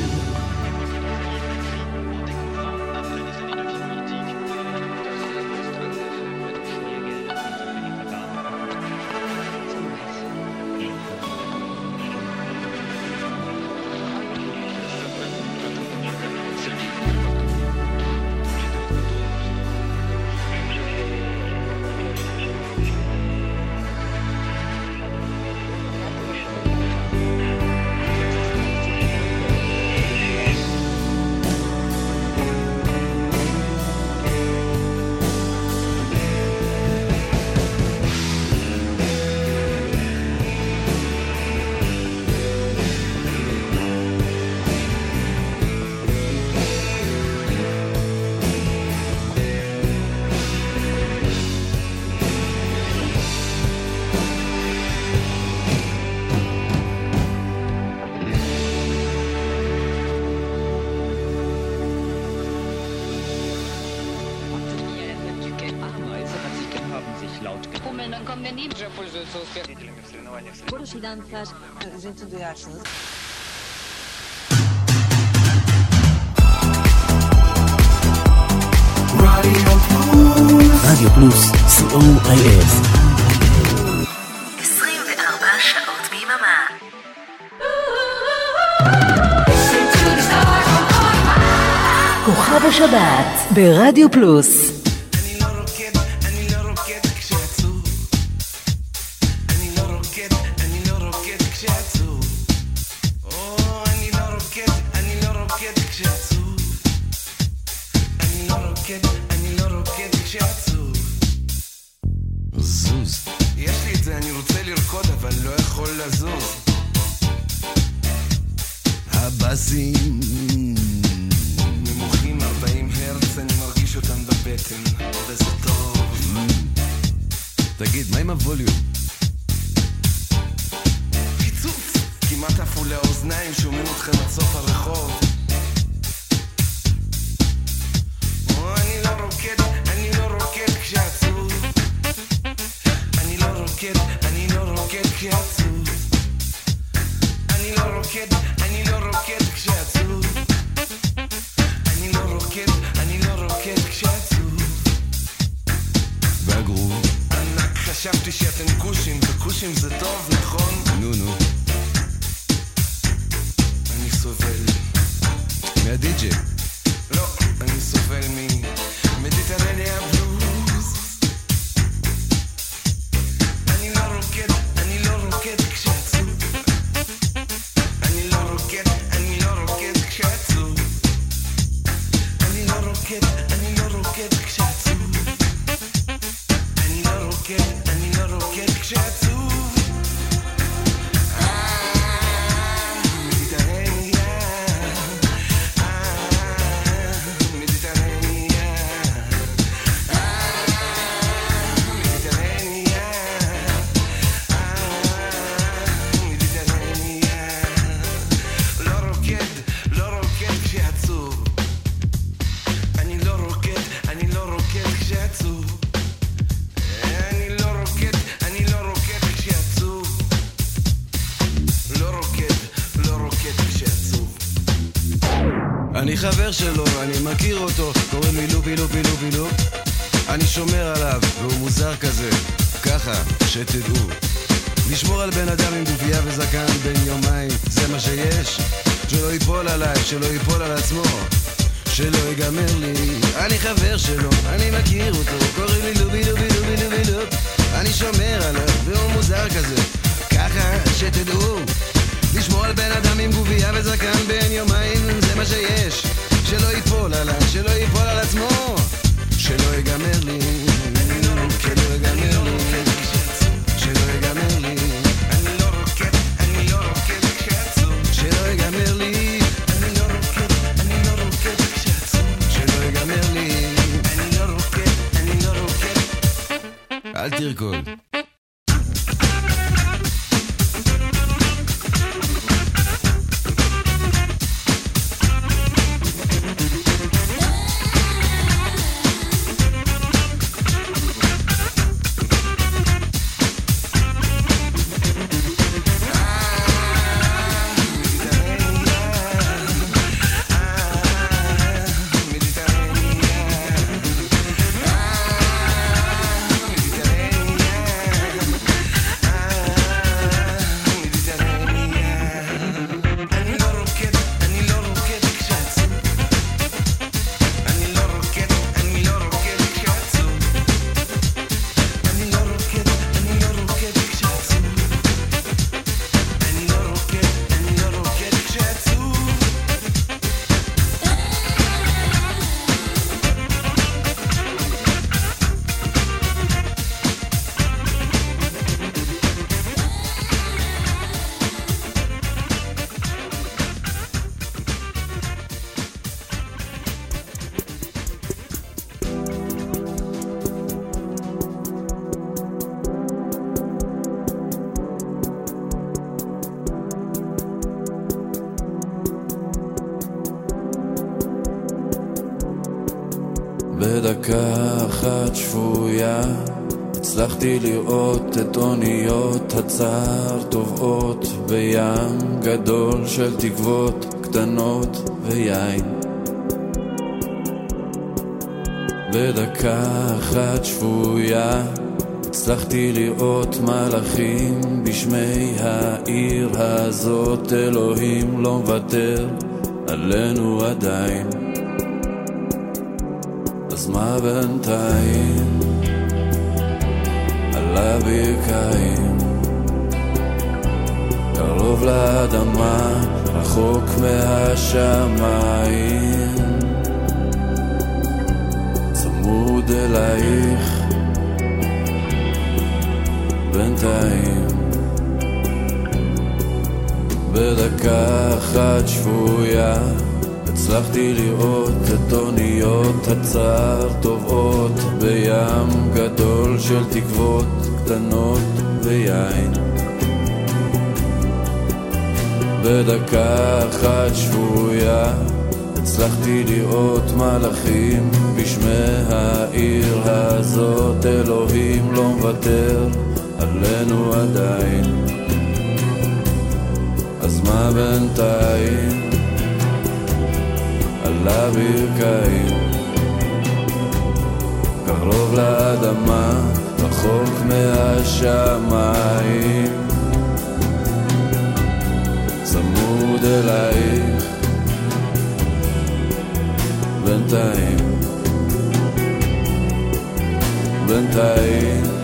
רדיו פלוס, סי או איי אס.
עשרים וארבע שעות ביממה.
כוכב השבת ברדיו פלוס.
הבאסים נמוכים ארבעים הרץ, אני מרגיש אותם בבטן, וזה טוב.
תגיד, מה עם הווליום?
פיצוץ! כמעט עפו לאוזניים, שומעים אתכם עד סוף הרחוב. אני לא רוקד, אני לא רוקד כשעצוב. אני לא רוקד, אני לא רוקד כשעצוב. אני לא רוקד, אני לא רוקד כשעצוב. אני לא רוקד, אני לא רוקד כשעצוב.
והגרוב?
ענק, חשבתי שאתם קושים, וקושים זה טוב, נכון?
נו נו.
אני סובל.
מהדי-ג'יי?
לא, אני סובל ממדיטרניה בלוז. אני לא רוקד, אני לא רוקד כשעצוב. אני לא רוקד, אני לא רוקד כשעצוב. אני לא רוקד, אני לא רוקד כשעצוב. אני לא רוקד, אני לא רוקד כשעצוב.
אני חבר שלו, אני מכיר אותו, קוראים לי לופי לופי לופי לופ. אני שומר עליו, והוא מוזר כזה, ככה, שתדעו. לשמור על בן אדם עם גופייה וזקן בין יומיים, זה מה שיש. שלא ייפול עליי, שלא ייפול על עצמו, שלא ייגמר לי. אני חבר שלו, אני מכיר אותו, קוראים לי לופי לופי לופי לופי לופ. אני שומר עליו, והוא מוזר כזה, ככה, שתדעו. לשמור על בן אדם עם גופייה וזקן בין יומיים, זה מה שיש. שלא ייפול עליי, שלא ייפול על עצמו, שלא ייגמר לי, שלא ייגמר לי, שלא ייגמר לי.
אני לא רוקד, אני לא רוקד כשעצוב.
שלא ייגמר לי,
אני לא רוקד, אני לא רוקד כשעצוב.
שלא ייגמר לי,
אני לא רוקד, אני לא רוקד.
אל תרקוד.
בדקה אחת שפויה הצלחתי לראות את אוניות הצער טובעות בים גדול של תקוות קטנות ויין. בדקה אחת שפויה הצלחתי לראות מלאכים בשמי העיר הזאת. אלוהים לא מוותר עלינו עדיין. אז מה בינתיים? על הברכיים קרוב לאדמה רחוק מהשמיים צמוד אלייך בינתיים. בדקה אחת שפויה הצלחתי לראות את אוניות הצער טובעות בים גדול של תקוות קטנות ויין. בדקה אחת שפויה הצלחתי לראות מלאכים בשמי העיר הזאת. אלוהים לא מוותר עלינו עדיין. אז מה בינתיים? על הברכיים קרוב לאדמה רחוק מהשמיים צמוד אלייך בינתיים. בינתיים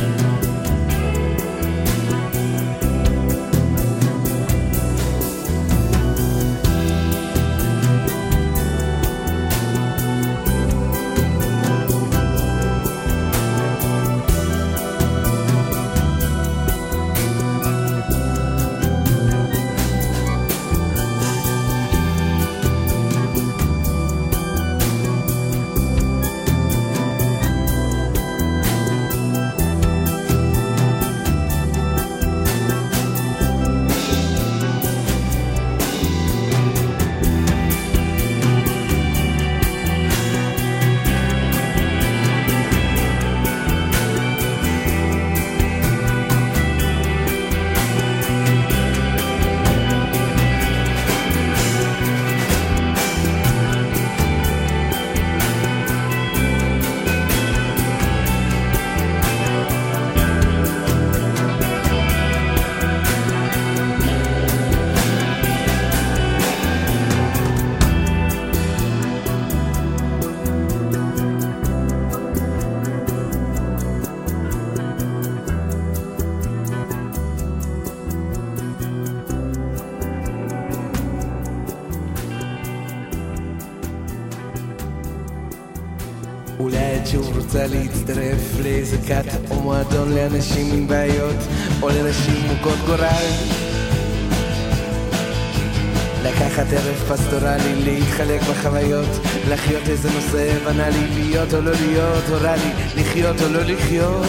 להצטרף לאיזה קאט או מועדון לאנשים עם בעיות או לנשים מוכות גורל. לקחת ערב פסטורלי, להתחלק בחוויות, לחיות איזה נושא בנאלי, להיות או לא להיות, הורה לי, לחיות או לא לחיות.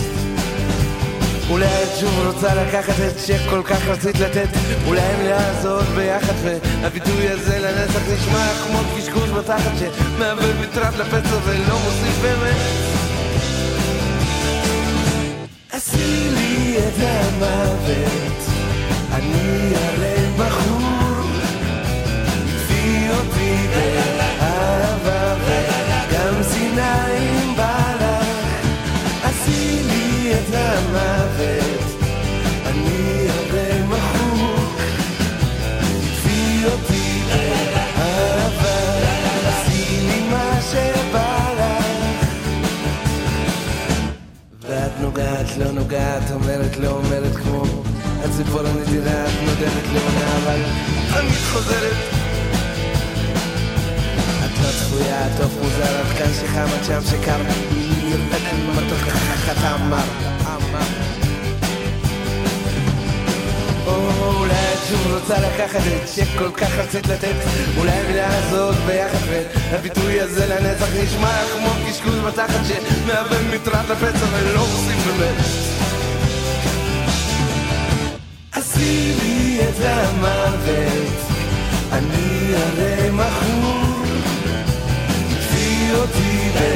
אולי את שוב רוצה לקחת את שכל כך רצית לתת, אולי הם לעזור ביחד והביטוי הזה לנצח נשמע כמו קשקוש בתחת שמעבר מטרד לפצע ולא מוסיף באמת. עשי לי את המוות, אני הרי בחור, תפי אותי באהבה וגם סיניים בלך. עשי לי את המוות, אני הרי מחוק, תפי אותי באהבה, עשי לי מה שבא לך. ואת נוגעת, לא נוגעת, אומרת, לא אומרת כמו הציפור הנדירה, את נודמת לעונה, אבל תמיד חוזרת. את לא צפויה, טוב מוזר, את כאן שחם, את שם שקר, נרפתם מתוק ככה תאמר. אולי את שוב רוצה לקחת את שכל כך רצית לתת, אולי המילה הזאת ביחד והביטוי הזה לנצח נשמע כמו קשקוש בתחת שמהווה מטרד לפצע ולא עושים באמת. עשי לי את המוות, אני הרי מחור, תפי אותי ב...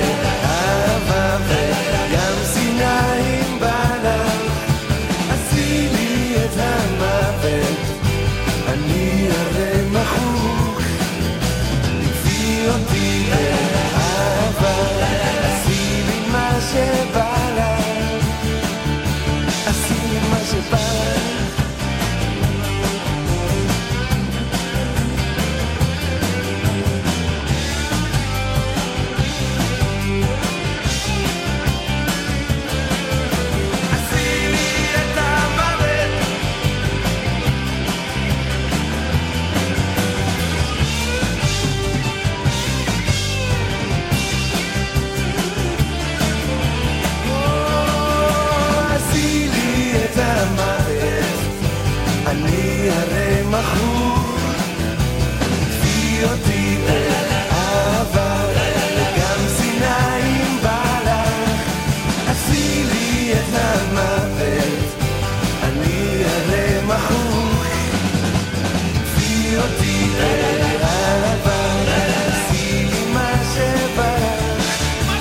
אותי אהבה וגם סיניים בלך, עשי לי את המוות, אני הרי מחוך, תביא אותי אהבה, עשי לי מה שבלך, מה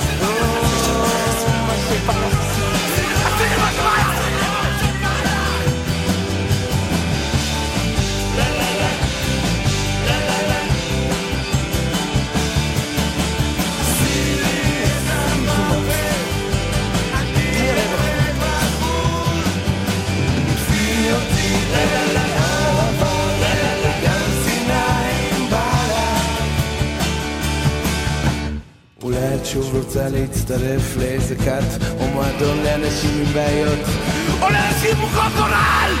שבלך, עשי לי מה שבלך. אולי את שוב רוצה להצטרף לאיזה קאט או מועדון לאנשים עם בעיות או לאנשים מוכות גורל.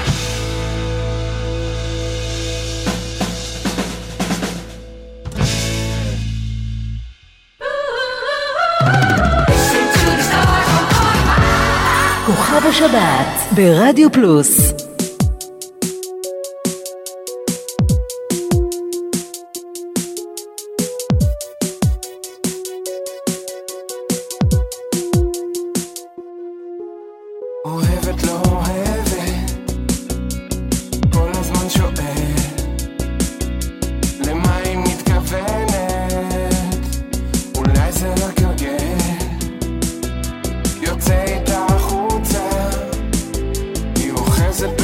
כוכב השבת ברדיו פלוס.
אוהבת לא אוהבת, כל הזמן שואל למה היא מתכוונת, אולי זה רק הרגל, יוצא איתה החוצה, היא אוחזת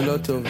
לא טוב.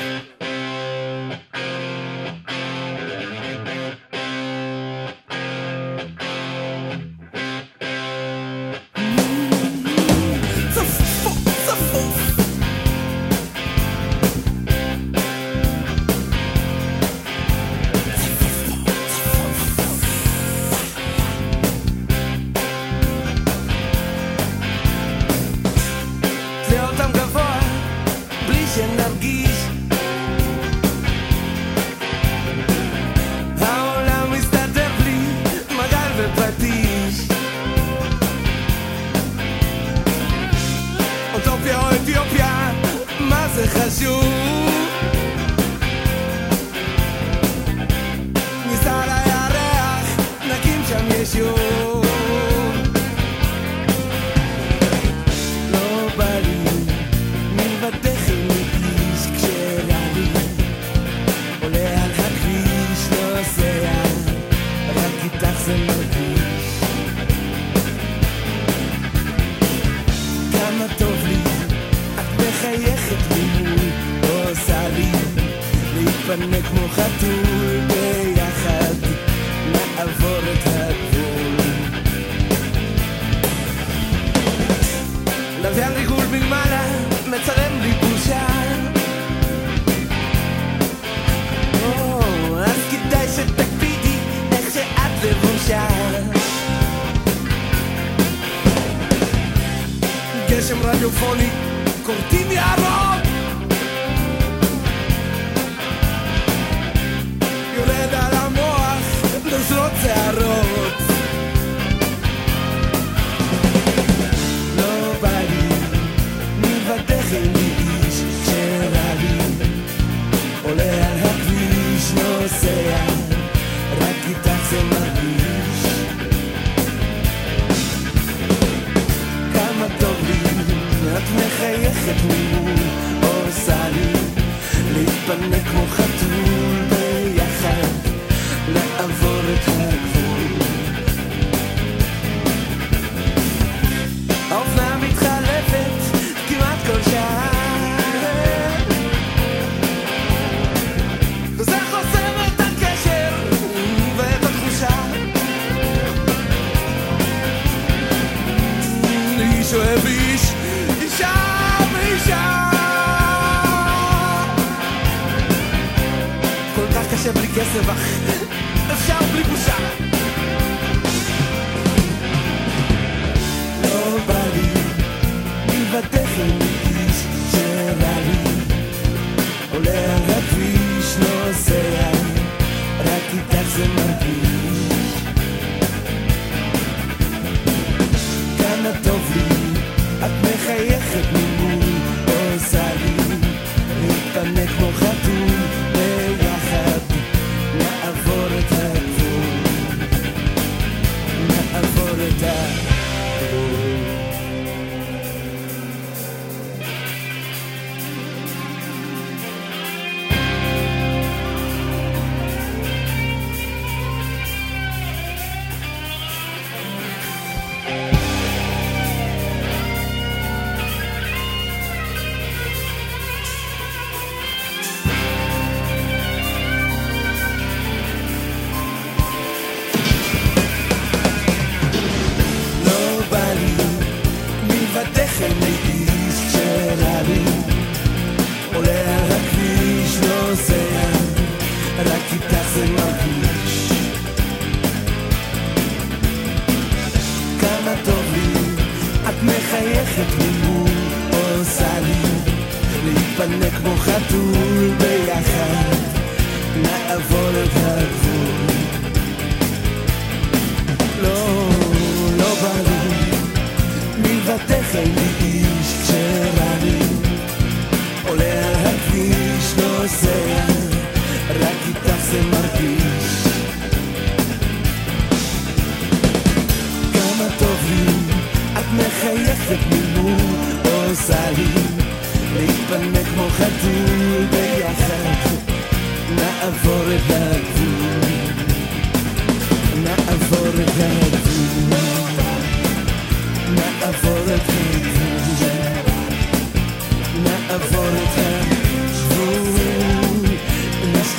נעבור את הגבול, נעבור את הגבול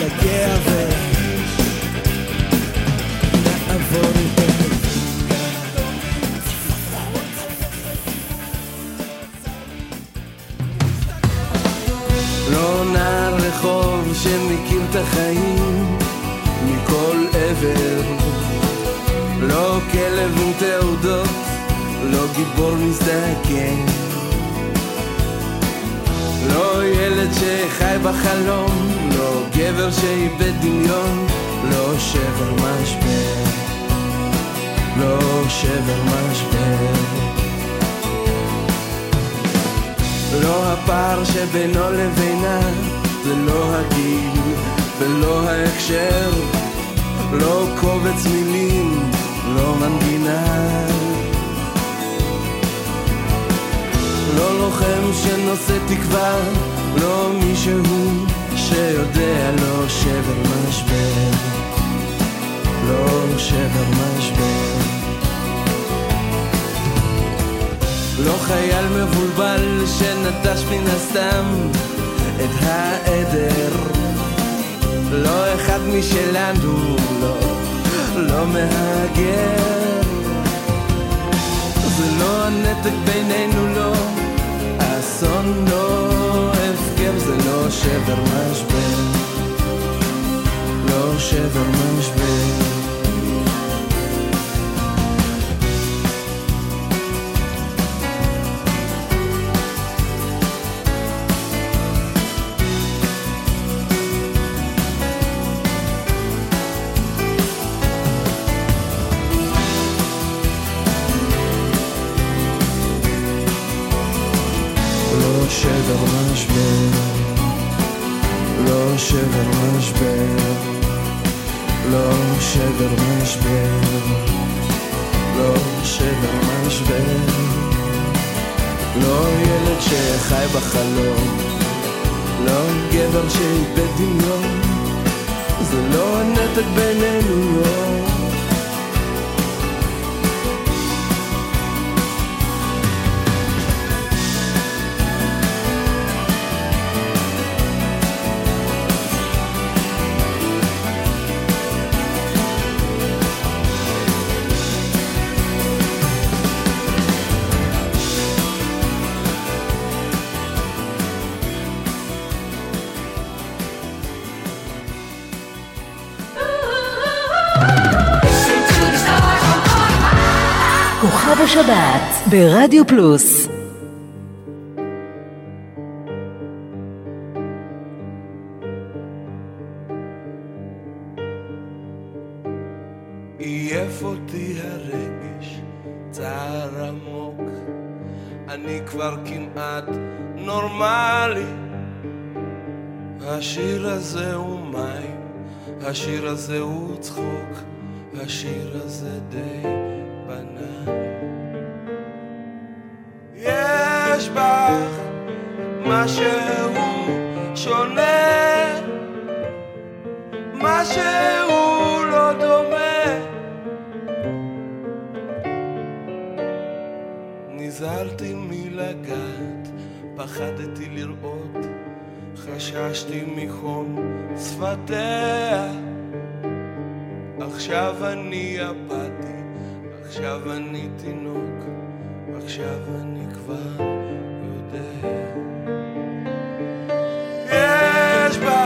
נשתגע ונעבור את לא נער רחוב שמכיר את החיים מכל עבר, לא כלב עם תעודות, לא גיבור מזדקן, לא ילד שחי בחלום, לא גבר שאיבד דמיון, לא שבר משבר, לא שבר משבר, לא הפער שבינו לבינה, זה לא הגיל ולא ההקשר, לא קובץ מילים, לא מנגינה, לא לוחם שנושא תקווה, לא מישהו שיודע, לא שבר משבר, לא שבר משבר, לא חייל מבולבל שנטש מן הסתם את העדר, לא אחד משלנו, לא, לא מהגר, זה לא הנתק בינינו, לא אסון, לא הפקר, זה לא שבר משבר, לא שבר משבר, שבר משבר, לא שבר משבר, לא שבר משבר, לא שבר משבר, לא ילד שחי בחלום, לא גבר שאיבד דמיון, זה לא הנתק בינינו, לא
כוכב השבת ברדיו פלוס.
עייף אותי הרגש, צער עמוק, אני כבר כמעט נורמלי, השיר הזה הוא מים, השיר הזה הוא צחוק, השיר הזה די בנאלי. יש בך משהו שונה, משהו לא דומה, נזהרתי מלגעת, פחדתי לראות, חששתי מחום שפתיה, עכשיו אני אפתי, עכשיו אני תינוק, עכשיו אני כבר יודע. יש בה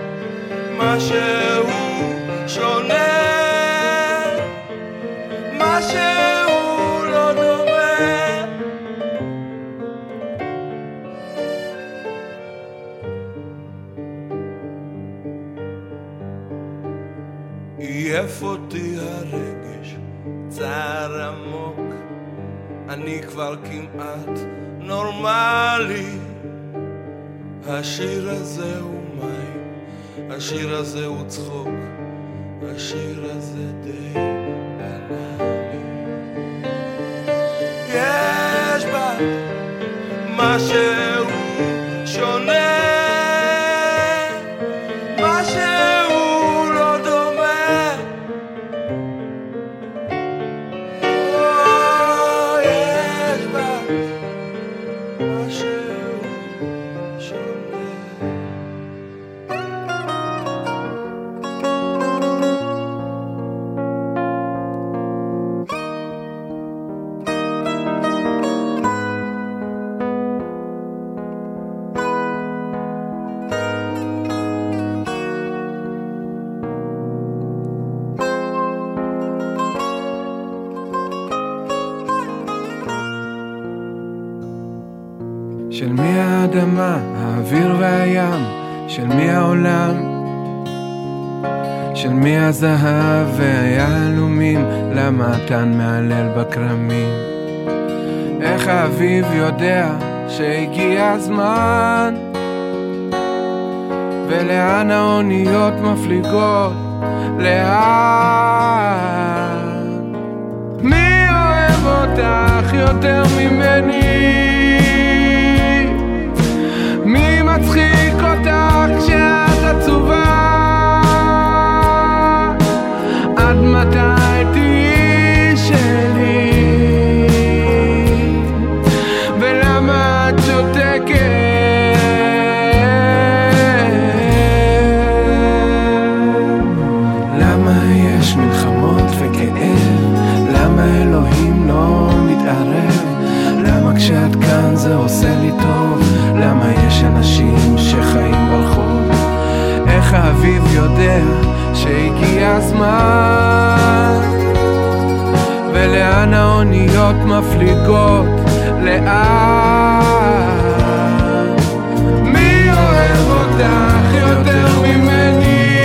משהו שונה, משהו לא דומה, עייף אותי הרגש, צער עמוק, אני כבר כמעט נורמלי, השיר הזה הוא מים, השיר הזה הוא צחוק, השיר הזה די בנאלי. יש בה משהו שונה, משהו לא דומה, או, יש בה משהו שונה. האדמה, האוויר והים, של מי העולם, של מי הזהב והיהלומים, למה התן מעלל בקרמים. איך האביב יודע שהגיע הזמן, ולאן האוניות מפליגות, לאן? מי אוהב אותך יותר ממני? מי מצחיק אותך כשאת עצובה? עד מתי תהיי שלי? ולמה את שותקת? למה יש מלחמות וכאב? למה אלוהים לא מתערב? למה כשאת כאן זה עושה לי טוב? למה יש אנשים שחיים ברחוב? איך האביב יודע שהגיע הזמן, ולאן האוניות מפליגות, לאן? מי אוהב אותך יותר ממני?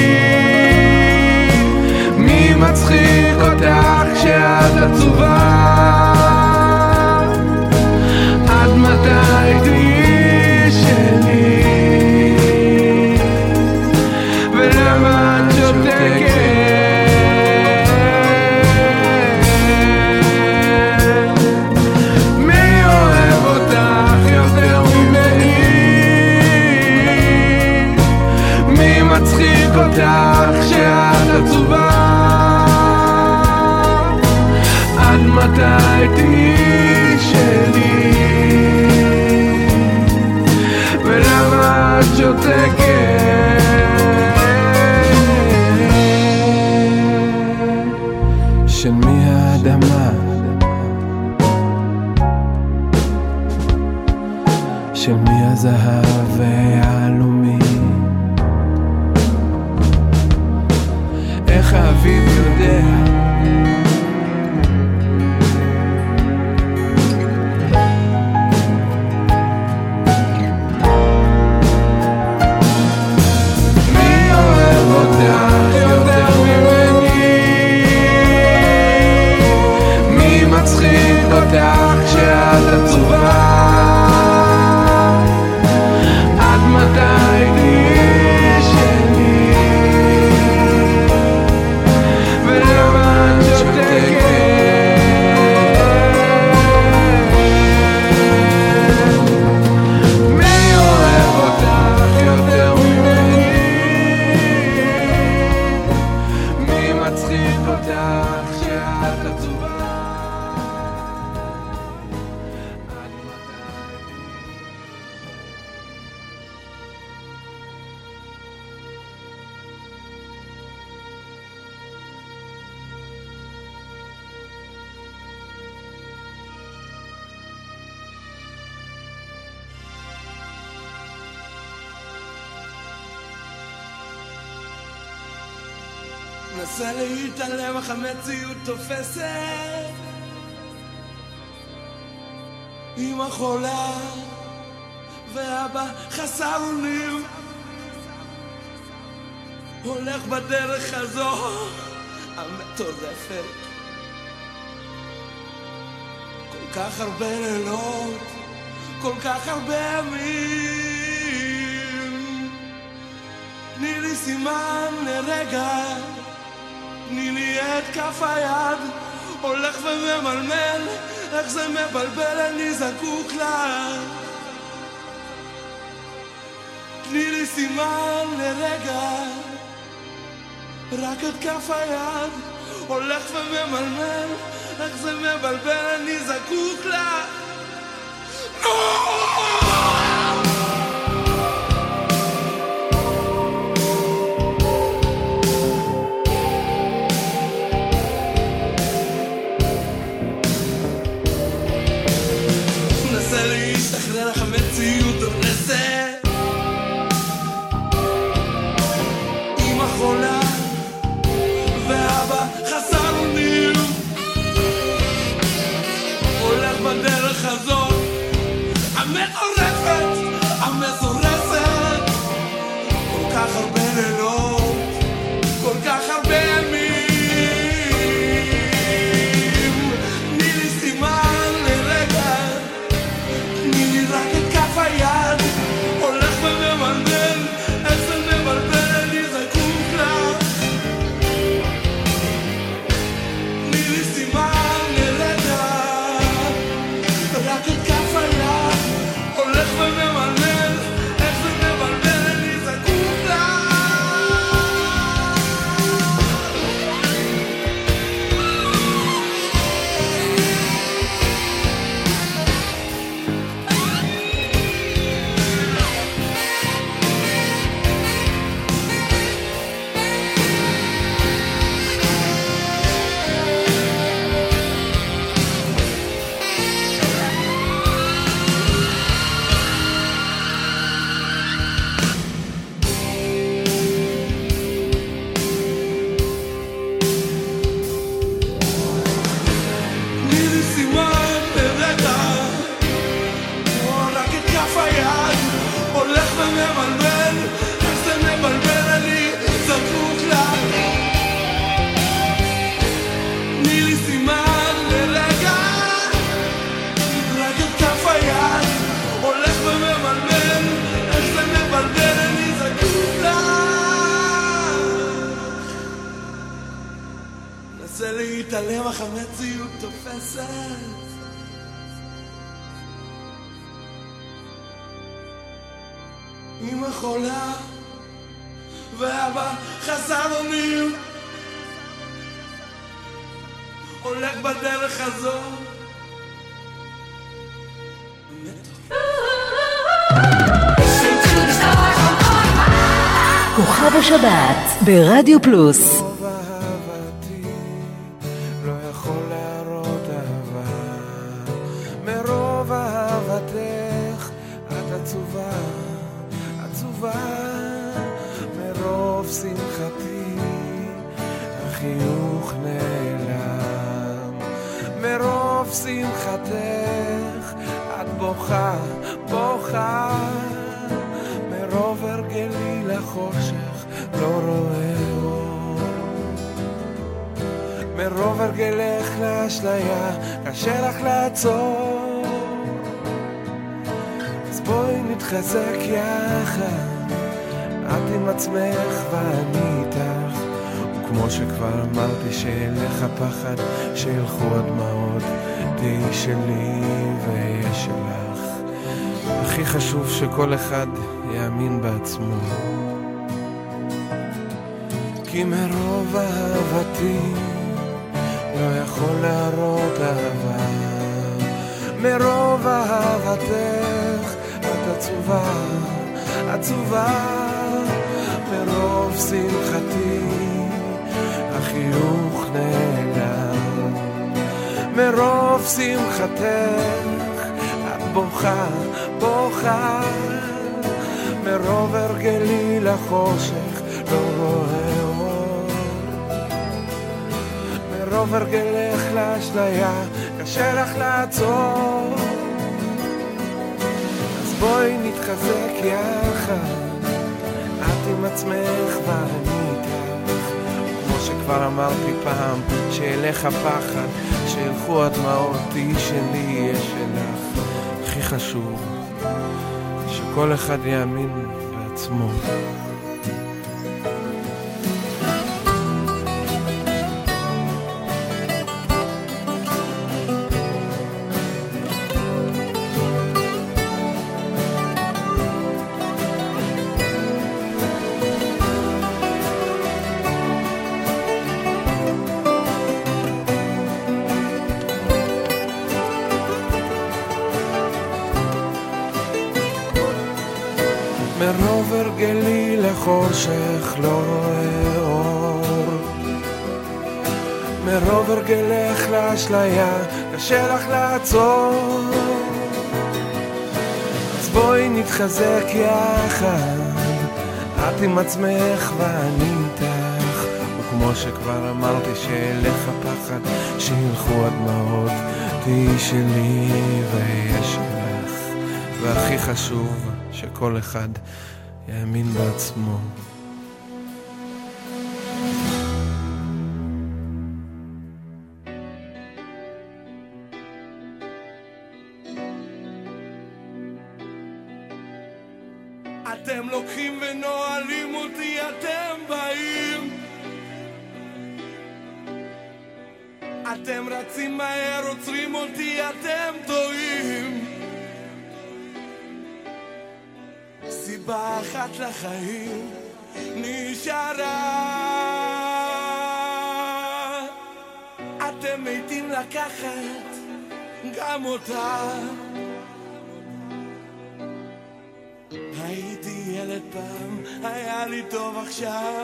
מי מצחיק אותך כשאת עצובה? עד מתי תהיי שלי? ולמה את שותקת? מי אוהב אותך יותר ממני? מי מצחיק אותך כשאת עצובה? עד מתי תהיי שלי? ולמה את שותקת? של מי האדמה, של מי הזהב והיהלומים, איך האביב יודע מי אוהב אותך יותר ממני? מי מצחיק אותך כשאת עצובה? עד מתי תהיי שלי? ולמה את שותקת? מי אוהב אותך יותר ממני? מי מצחיק אותך כשאת עצובה?
נסה להתעלם אך המציאות תופסת. אמא חולה ואבא חסר אונים, הולך בדרך הזו המטורפת. כל כך הרבה לילות, כל כך הרבה ימים. תני לי סימן לרגע, תני לי את כף היד, הולך וממלמל, איך זה מבלבל, אני זקוק לך. תני לי סימן לרגע, רק את כף היד, הולך וממלמל, איך זה מבלבל, אני זקוק לך. בדרך ולהתעלם אך המציאות תופסת. אמא חולה ואבא חסר אונים, הולך בדרך הזאת.
כוכב השבת ברדיו פלוס.
לא יכול להראות אהבה, מרוב אהבתך את עצובה, עצובה, מרוב שמחתי החיוך נעלם, מרוב שמחתך את בוכה, בוכה, מרוב הרגלי לחושך לא רואה אור, מרוב הרגלך לאשליה קשה לך לעצור. אז בואי נתחזק יחד, את עם עצמך ואני איתך, וכמו שכבר אמרתי שילך הפחד, שילכו הדמעות, תהי שלי ואהיה שלך. הכי חשוב שכל אחד יאמין בעצמו, כי מרוב אהבתי לא יכול להראות אהבה, מרוב אהבתך את עצובה, עצובה, מרוב שמחתי החיוך נעלם, מרוב שמחתך את בוכה, בוכה, מרוב הרגלי לחושך לא רואה אור, מרוב הרגלך לאשליה קשה לך לעצור. אז בואי נתחזק יחד, את עם עצמך ואני איתך, כמו שכבר אמרתי פעם, שילך הפחד, שילכו הדמעות, תהי שלי יהיה שלך. הכי חשוב שכל אחד יאמין בעצמו. מרוב הרגלי לחושך לא רואה אור, מרוב הרגלך לאשליה קשה לך לעצור. אז בואי נתחזק יחד, את עם עצמך ואני איתך, וכמו שכבר אמרתי שילך הפחד, שילכו הדמעות, תהי שלי ואהיה שלך. והכי חשוב שכל אחד יאמין בעצמו.
אתם לוקחים ונועלים אותי, אתם באים, אתם רצים מהר, עוצרים אותי, אתם טועים. סיבה אחת לחיים נשארה, אתם מתים לקחת גם אותה. הייתי ילד פעם, היה לי טוב עכשיו,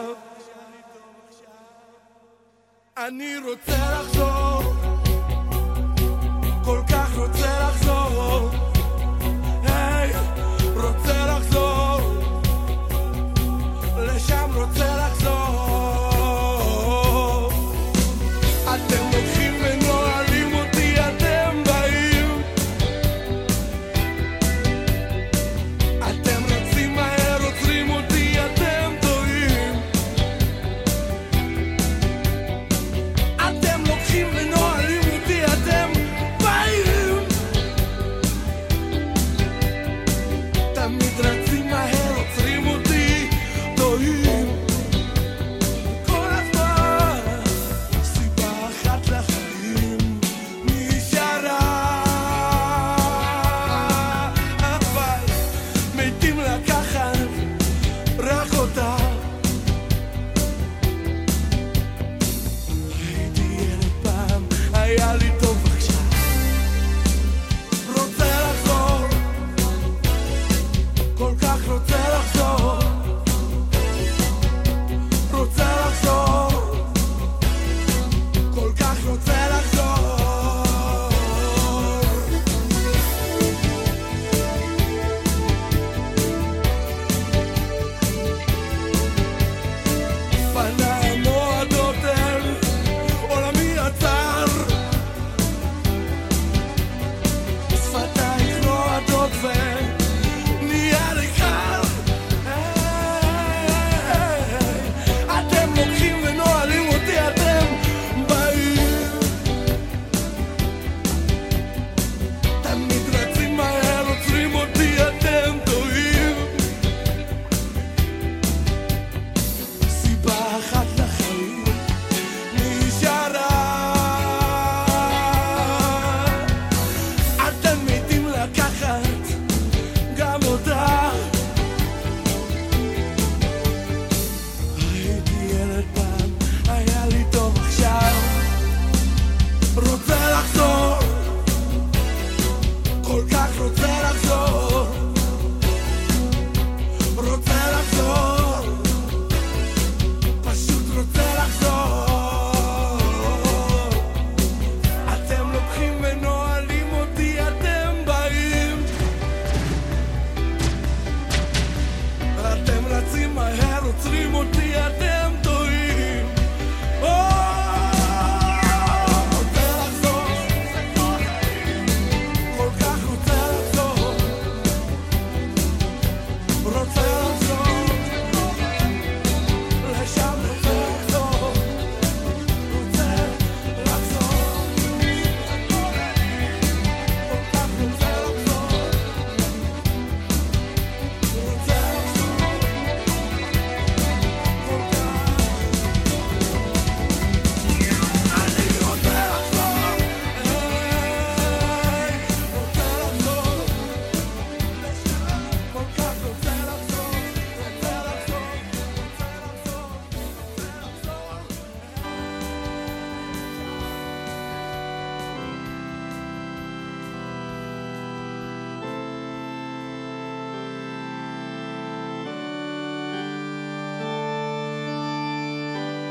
אני רוצה לחזור, כל כך רוצה לחזור, היי, רוצה לחזור, לשם רוצה לחזור. אתם לוקחים ונועלים אותי, אתם באים, אתם רצים מהר, עוצרים אותי, אתם טועים. אתם לוקחים ונועלים אותי, אתם באים, תמיד רצים מהר, עוצרים אותי, טועים. כל הזמן סיבה אחת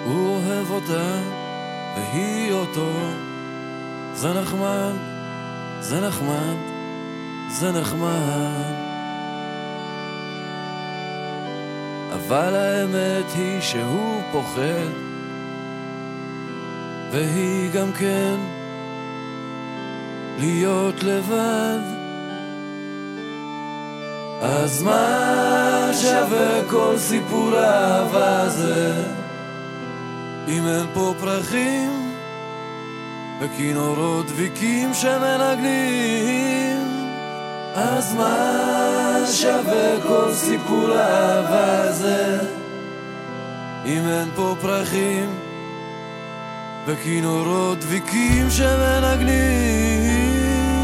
הוא אוהב אותה והיא אותו. זה נחמד, זה נחמד, זה נחמד. אבל האמת היא שהוא פוחד, והיא גם כן להיות לבד. אז מה שווה כל סיפור האהבה הזה אם אין פה פרחים וכינורות דביקים שמנגנים? אז מה שווה כל סיפור האהבה הזה אם אין פה פרחים וכינורות דביקים שמנגנים?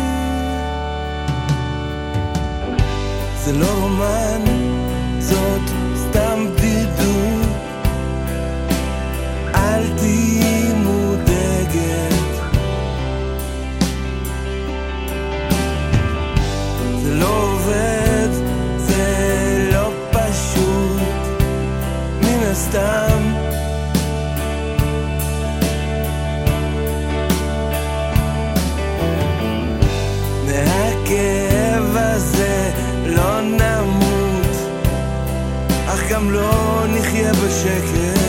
זה לא רומן, זאת סתם בדידות. אל תהי מודאגת, זה לא עובד, זה לא פשוט. מן הסתם מהכאב הזה לא נמות, אך גם לא נחיה בשקט.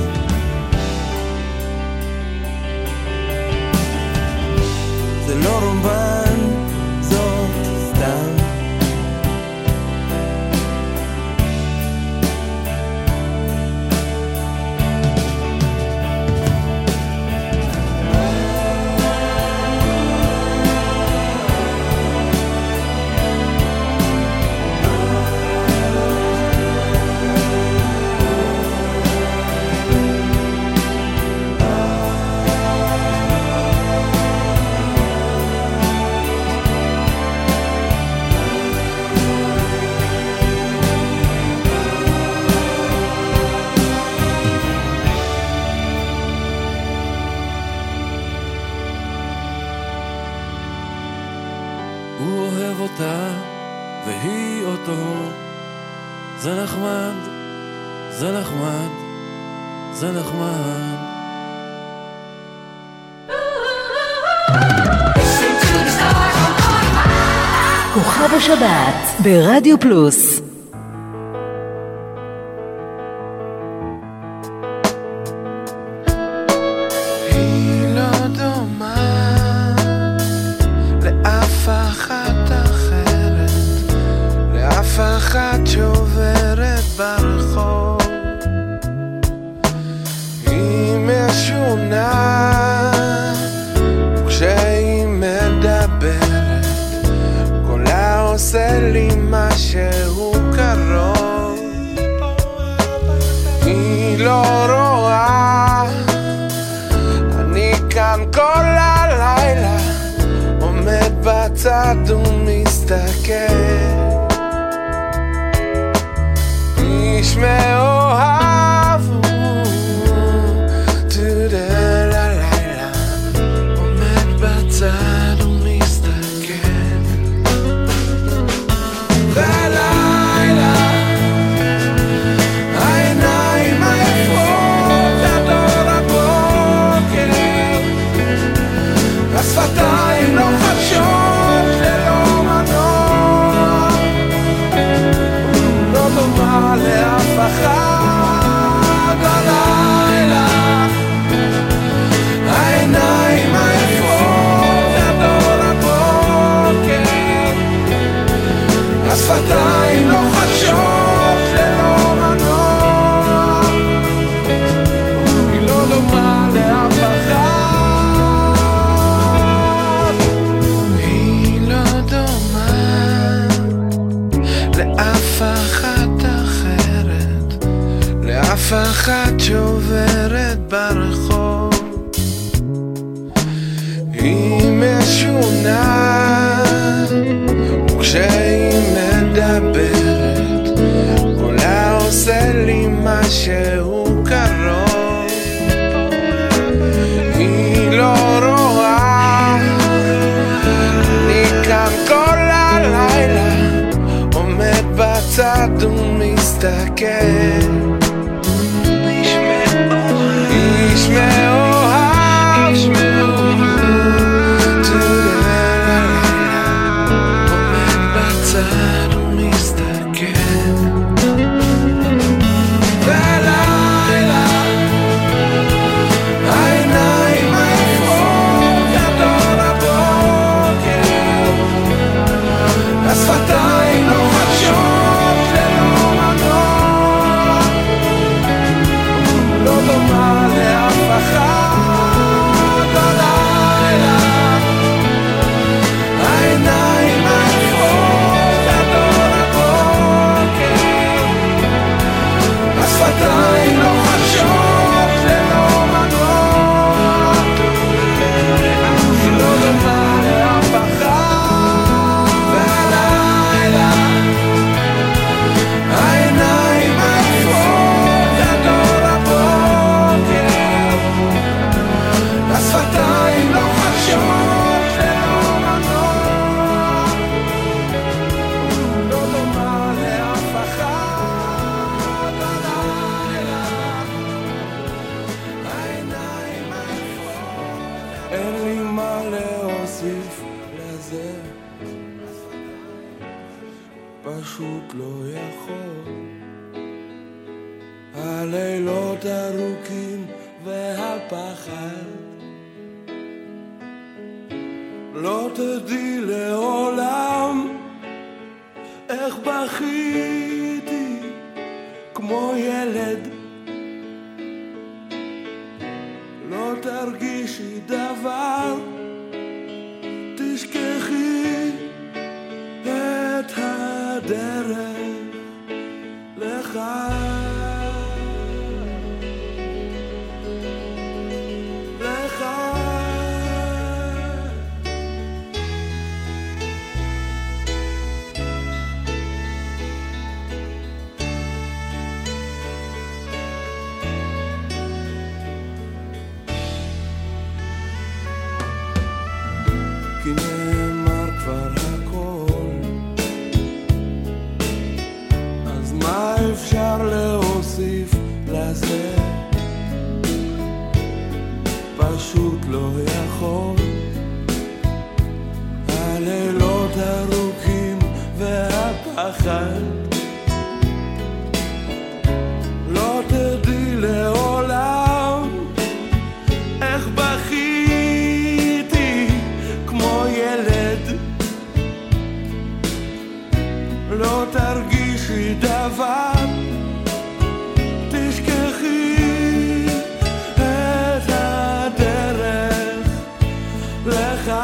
זה לא רומן, זאת סתם.
הוא אוהב אותה והיא אותו. זה נחמד, זה נחמד, זה נחמד.
כוכב השבת ברדיו פלוס.
שעוברת ברחוב היא משונה וכשהיא מדברת קולה עושה לי משהו קרוב. היא לא רואה אני כאן כל הלילה עומד בצד ומסתכל. איש מאוהב תודה ללילה עומד בצד ומסתכל. בלילה העיניים עייפות עד אור הבוקר, השפתיים לוחשות ללא מנוע, לא דומה לאף אחד הלילה. העיניים עייפות עד אור הבוקר, השפתיים לוחשות ללא מנוע, היא לא דומה לאף אחד. היא לא דומה לאף אחת אחרת, לאף אחת שעוברת ברחוב. היא משונה וכשהיא מדברת קולה עושה לי משהו קרוב. היא לא רואה אני כאן כל הלילה עומד בצד ומסתכל. איש מאוהב
פשוט לא יכול. הלילות ארוכים והפחד, לא תדעי לעולם איך בכיתי כמו ילד. לא תרגישי דבר, תשכחי את הדרך לך. לך כי נאמר כבר הכל, אז מה אפשר להוסיף לזה? פשוט לא יכול. הלילות ארוכים והפחד, לא תדעי לעולם איך בכיתי כמו ילד. לא תרגישי דבר, תשכחי את הדרך לך.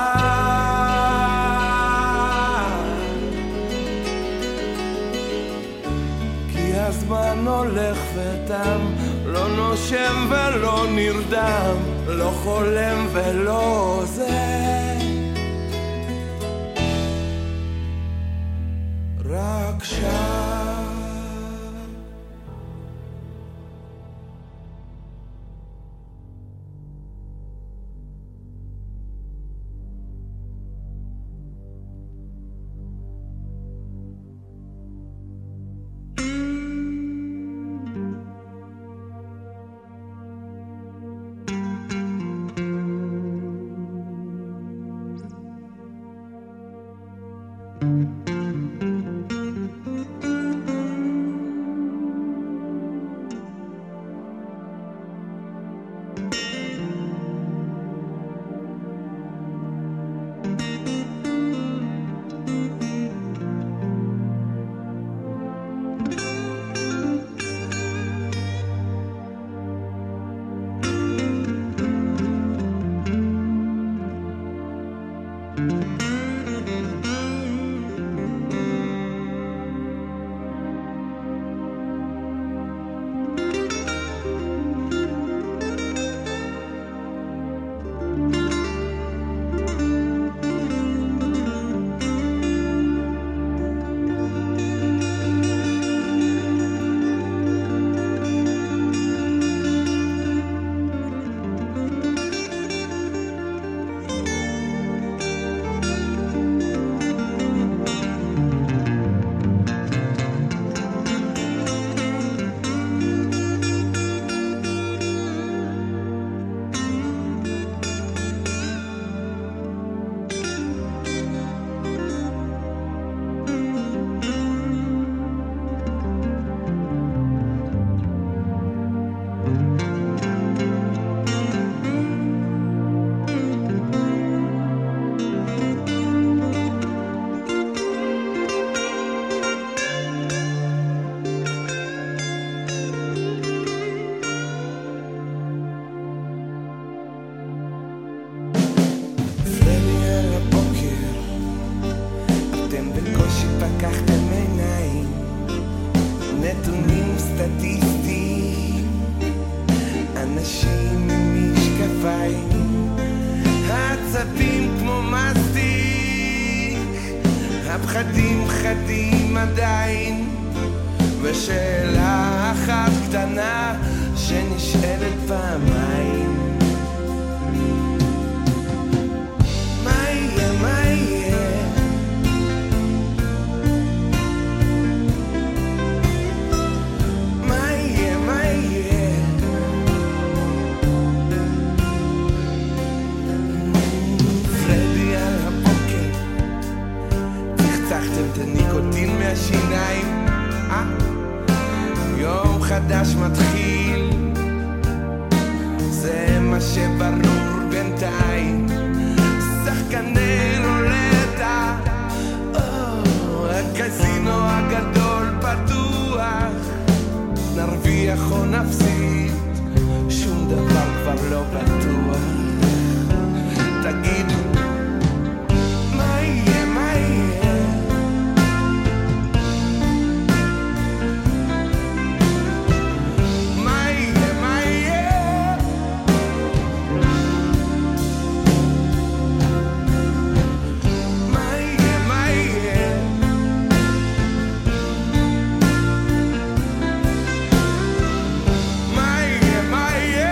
כי הזמן הולך ותם, לא נושם ולא נרדם, לא חולם ולא זה, רק שם. חדש מתחיל, זה מה שברור בינתיים. שחקני רולטה, הקזינו הגדול פתוח, נרוויח או נפסיד, שום דבר כבר לא בטוח. תגידו, מה יהיה, מה יהיה? מה יהיה, מה יהיה? מה יהיה, מה יהיה? מה יהיה, מה יהיה?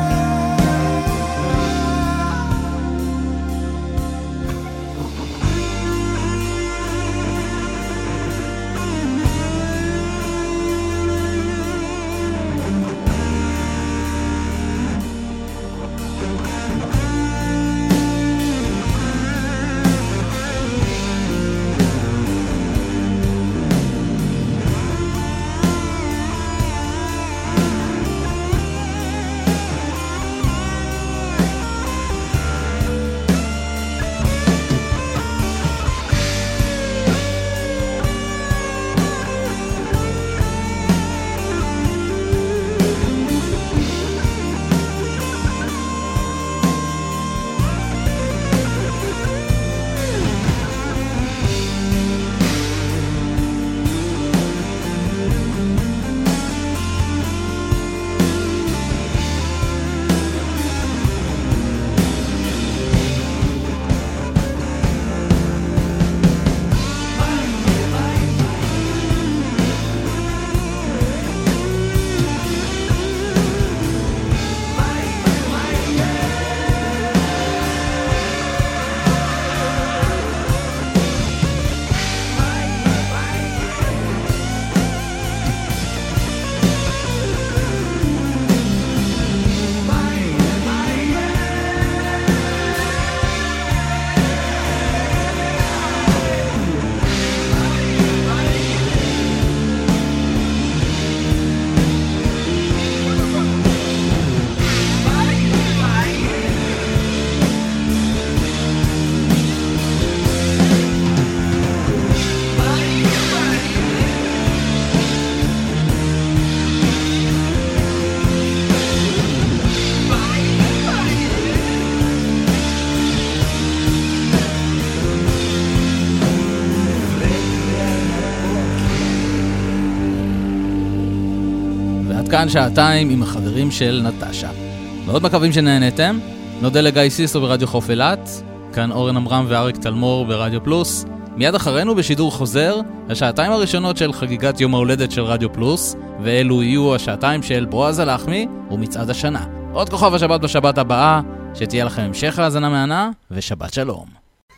כאן שעתיים עם החברים של נטשה. מאוד מקווים שנהנתם. נודה לגיא סיסו ברדיו חוף אילת, כאן אורן אמרם ואריק תלמור ברדיו פלוס. מיד אחרינו בשידור חוזר, השעתיים הראשונות של חגיגת יום ההולדת של רדיו פלוס, ואלו יהיו השעתיים של בועז הלחמי ומצעד השנה. עוד כוכב השבת בשבת הבאה, שתהיה לכם המשך האזנה מהנה, ושבת שלום.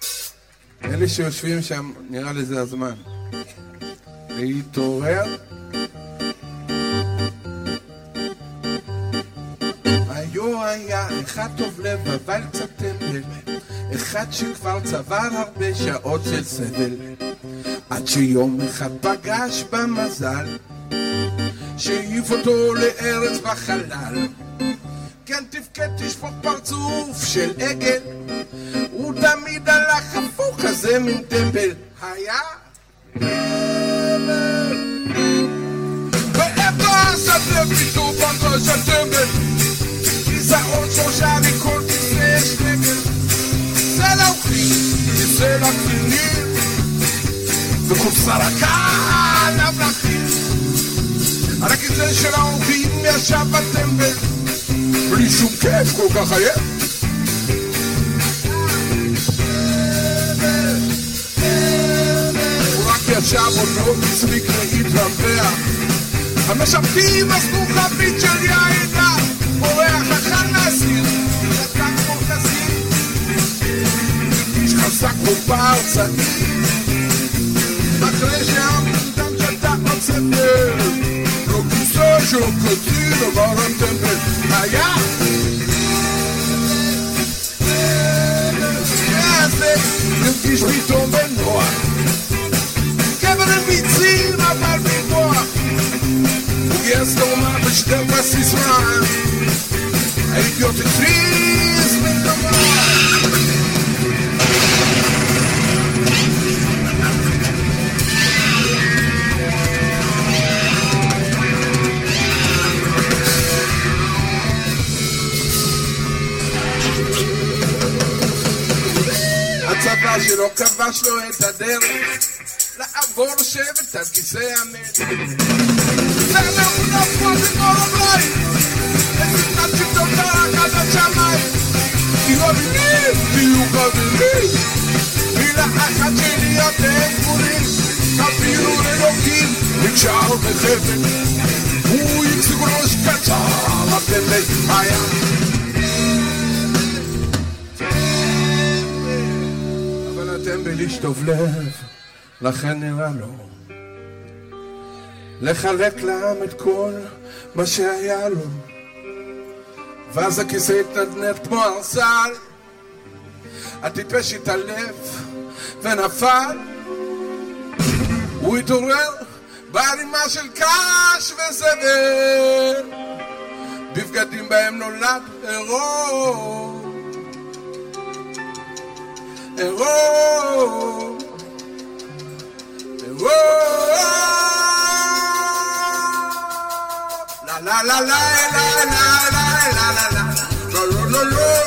אלה שיושבים שם, נראה לי זה הזמן להתעורר. היו היה אחד טוב לב אבל קצת טמבל, אחד שכבר צבר הרבה שעות של סבל, עד שיום אחד פגש במזל שהעיף אותו לארץ בחלל. כן תפקד תשפוק פרצוף של עגל, הוא תמיד הלך הפוך כזה מן טמבל. היה ואיפה השדה פתאום פנטו של טמבל, כיסאות שלושה מכל כיסא יש נגל, זה לאוכלים, כיסא לקטינים וקופסה רכה עליו להכין. על הכיסא של האורחים ישב בטמבל בלי שום כיף, כל כך עייף. הוא רק ישב עוד לא מספיק להתרווח, המשפטים עשו חבית של יין רך, אורח אכל מהסיר, ידק כמו חסיר, איש חזק ופער צעיר, אחרי שהמונדם שתה עוד ספר, לא כיסא של קצין עבר הטמבל. היה זה נרגיש פתאום בנוח, גבר אמיצים אבל בכוח, הוא
Jest to ma być ten rasizm. Idiotic trees make the world. הצבא שלו כבש לו את הדרך לעבור לשבת על כיסא המלך. זה מעונף כמו תגמור הבית לסרטת שלטון תרק עד השמיים. תהיו אבינים, תהיו חברים, מילה אחת שלי אתם גבולים. תביאו ללוקים, נקשר בחפת, הוא יציג ראש קצר, אתם לים. אתם בלשטוב לב, לכן נראה לו לחלק לעם את כל מה שהיה לו. ואז הכיסא התנדנד כמו הרסל, הטיפש התעלף ונפל. הוא התעורר בערימה של קש וזבל, בבגדים בהם נולד עירום. עירום, עירום, לה לה לה לה לה לה לה לה לה לה לה לה לה